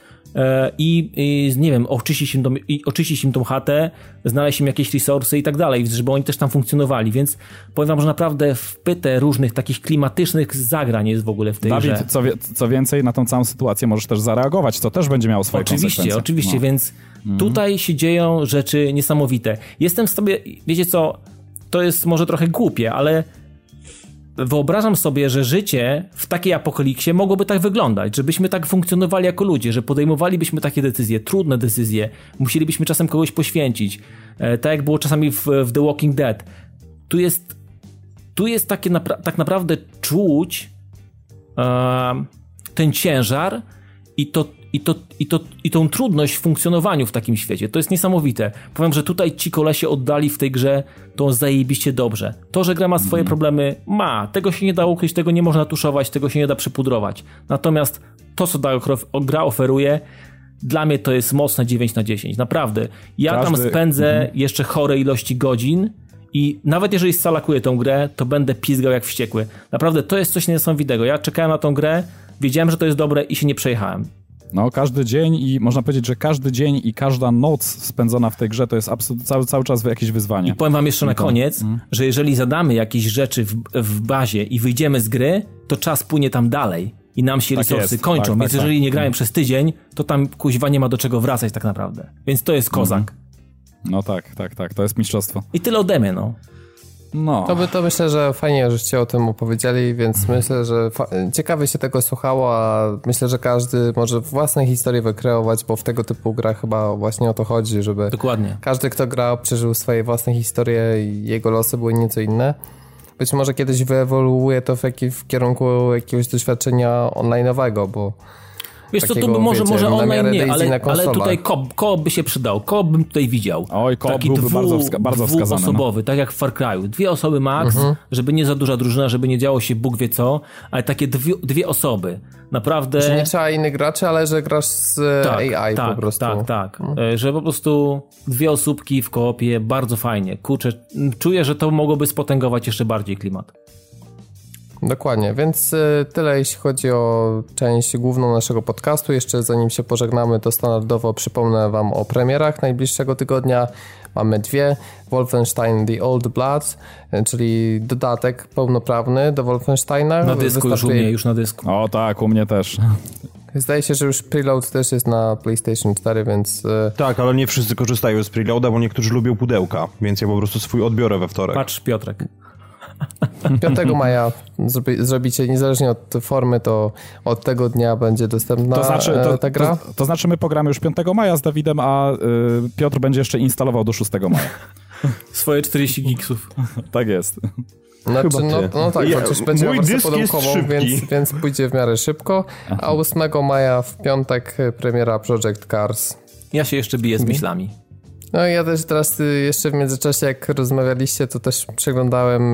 i nie wiem, oczyścić im tą chatę, znaleźć im jakieś resursy i tak dalej, żeby oni też tam funkcjonowali, więc powiem wam, że naprawdę wpytę różnych takich klimatycznych zagrań jest w ogóle w tej grze. Dawid, co więcej, na tą całą sytuację możesz też zareagować, co też będzie miało swoje konsekwencje. Oczywiście, no. Więc tutaj się dzieją rzeczy niesamowite. Jestem sobie, wiecie co, to jest może trochę głupie, ale wyobrażam sobie, że życie w takiej apokalipsie mogłoby tak wyglądać, żebyśmy tak funkcjonowali jako ludzie, że podejmowalibyśmy takie decyzje, trudne decyzje, musielibyśmy czasem kogoś poświęcić, tak jak było czasami w The Walking Dead. Tu jest takie tak naprawdę czuć ten ciężar i tą trudność w funkcjonowaniu w takim świecie. To jest niesamowite. Powiem, że tutaj ci kolesie oddali w tej grze to zajebiście dobrze. To, że gra ma swoje problemy, tego się nie da ukryć, tego nie można tuszować, tego się nie da przypudrować. Natomiast to, co gra oferuje, dla mnie to jest mocne 9/10. Naprawdę. Ja tam spędzę jeszcze chore ilości godzin i nawet jeżeli scalakuję tą grę, to będę pizgał jak wściekły. Naprawdę, to jest coś niesamowitego. Ja czekałem na tą grę wiedziałem, że to jest dobre i się nie przejechałem. No, każdy dzień i można powiedzieć, że każdy dzień i każda noc spędzona w tej grze to jest cały czas jakieś wyzwanie. I powiem wam jeszcze na koniec, że jeżeli zadamy jakieś rzeczy w bazie i wyjdziemy z gry, to czas płynie tam dalej i nam się resursy kończą, więc jeżeli nie grałem przez tydzień, to tam kuźwa nie ma do czego wracać tak naprawdę. Więc to jest kozak. No tak, to jest mistrzostwo. I tyle ode mnie, no. To myślę, że fajnie, żeście o tym opowiedzieli, więc myślę, że ciekawie się tego słuchało, a myślę, że każdy może własne historie wykreować, bo w tego typu grach chyba właśnie o to chodzi, żeby Dokładnie. Każdy, kto grał, przeżył swoje własne historie i jego losy były nieco inne. Być może kiedyś wyewoluuje to w kierunku jakiegoś doświadczenia online'owego, bo wiesz co, tu może online nie, ale tutaj koop by się przydał. Koop bym tutaj widział. Oj, koop byłby bardzo wskazany. Dwuosobowy, tak jak w Far Cry'u. 2 osoby max, żeby nie za duża drużyna, żeby nie działo się Bóg wie co, ale takie dwie osoby. Naprawdę... Że nie trzeba innych graczy, ale że grasz z AI po prostu. Tak. Że po prostu 2 osóbki w koopie, bardzo fajnie. Kurczę, czuję, że to mogłoby spotęgować jeszcze bardziej klimat. Dokładnie, więc tyle jeśli chodzi o część główną naszego podcastu. Jeszcze zanim się pożegnamy, to standardowo przypomnę wam o premierach najbliższego tygodnia. Mamy 2. Wolfenstein The Old Blood, czyli dodatek pełnoprawny do Wolfensteina. Na dysku już na dysku. O tak, u mnie też. Zdaje się, że już preload też jest na PlayStation 4, więc... Tak, ale nie wszyscy korzystają z preloada, bo niektórzy lubią pudełka, więc ja po prostu swój odbiorę we wtorek. Patrz, Piotrek. 5 maja zrobicie, niezależnie od formy, to od tego dnia będzie dostępna ta gra. To znaczy my pogramy już 5 maja z Dawidem, a Piotr będzie jeszcze instalował do 6 maja. Swoje 40 gigsów. Tak jest. Znaczy, no tak, chociaż będzie miał wersję pudełkową, więc pójdzie w miarę szybko. A 8 maja w piątek premiera Project Cars. Ja się jeszcze biję z myślami. No i ja też teraz jeszcze w międzyczasie, jak rozmawialiście, to też przeglądałem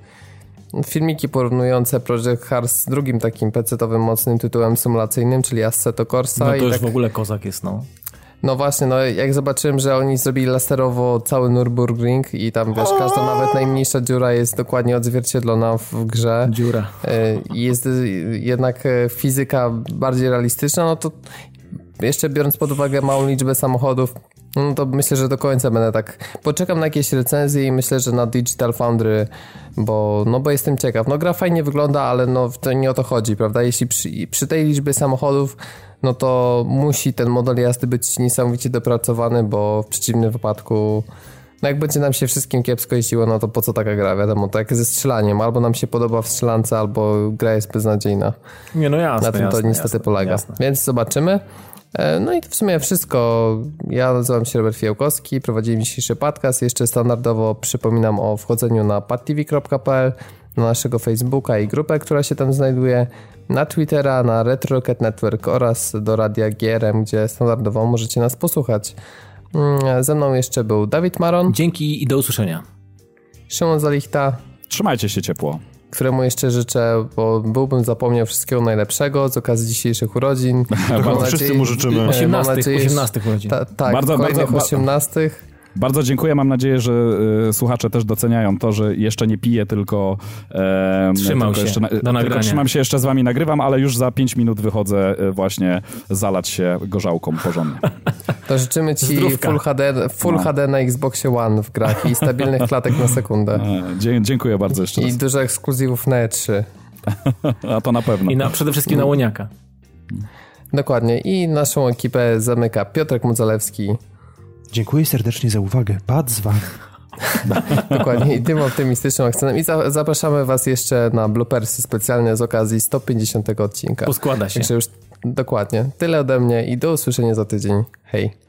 filmiki porównujące Project Cars z drugim takim PC-owym mocnym tytułem symulacyjnym, czyli Assetto Corsa. No to już w ogóle kozak jest, no. No właśnie, no jak zobaczyłem, że oni zrobili laserowo cały Nürburgring i tam wiesz, każda nawet najmniejsza dziura jest dokładnie odzwierciedlona w grze. Dziura. Jest jednak fizyka bardziej realistyczna, no to jeszcze biorąc pod uwagę małą liczbę samochodów, no to myślę, że do końca będę tak... Poczekam na jakieś recenzje i myślę, że na Digital Foundry, bo jestem ciekaw. No gra fajnie wygląda, ale no to nie o to chodzi, prawda? Jeśli przy tej liczbie samochodów, no to musi ten model jazdy być niesamowicie dopracowany, bo w przeciwnym wypadku... No jak będzie nam się wszystkim kiepsko jeździło, no to po co taka gra? Wiadomo, to jak ze strzelaniem. Albo nam się podoba w strzelance, albo gra jest beznadziejna. Nie, no jasne. Na tym to niestety polega. Jasne. Więc zobaczymy. No i to w sumie wszystko. Ja nazywam się Robert Fijałkowski, prowadziłem dzisiejszy podcast. Jeszcze standardowo przypominam o wchodzeniu na padtv.pl, na naszego Facebooka i grupę, która się tam znajduje, na Twittera, na Retro Rocket Network oraz do Radia GRM, gdzie standardowo możecie nas posłuchać. Ze mną jeszcze był Dawid Maron. Dzięki i do usłyszenia. Szymon Zalichta. Trzymajcie się ciepło. Któremu jeszcze życzę, bo byłbym zapomniał wszystkiego najlepszego z okazji dzisiejszych urodzin. Wszyscy mu życzymy. 18 urodzin. Tak, kolejnych 18. Bardzo dziękuję, mam nadzieję, że słuchacze też doceniają to, że jeszcze nie piję, tylko trzymam się, jeszcze z wami nagrywam, ale już za 5 minut wychodzę właśnie zalać się gorzałką porządnie. To życzymy ci Full HD na Xboxie One w grach i stabilnych klatek na sekundę. Dziękuję bardzo jeszcze raz. I dużo ekskluzywów na E3. A to na pewno. I przede wszystkim na Łoniaka. Dokładnie. I naszą ekipę zamyka Piotrek Mudzalewski. Dziękuję serdecznie za uwagę. Pad z wami. Dokładnie. I tym optymistycznym akcentem. I zapraszamy was jeszcze na bloopersy specjalne z okazji 150 odcinka. Poskłada się. Także już dokładnie. Tyle ode mnie i do usłyszenia za tydzień. Hej.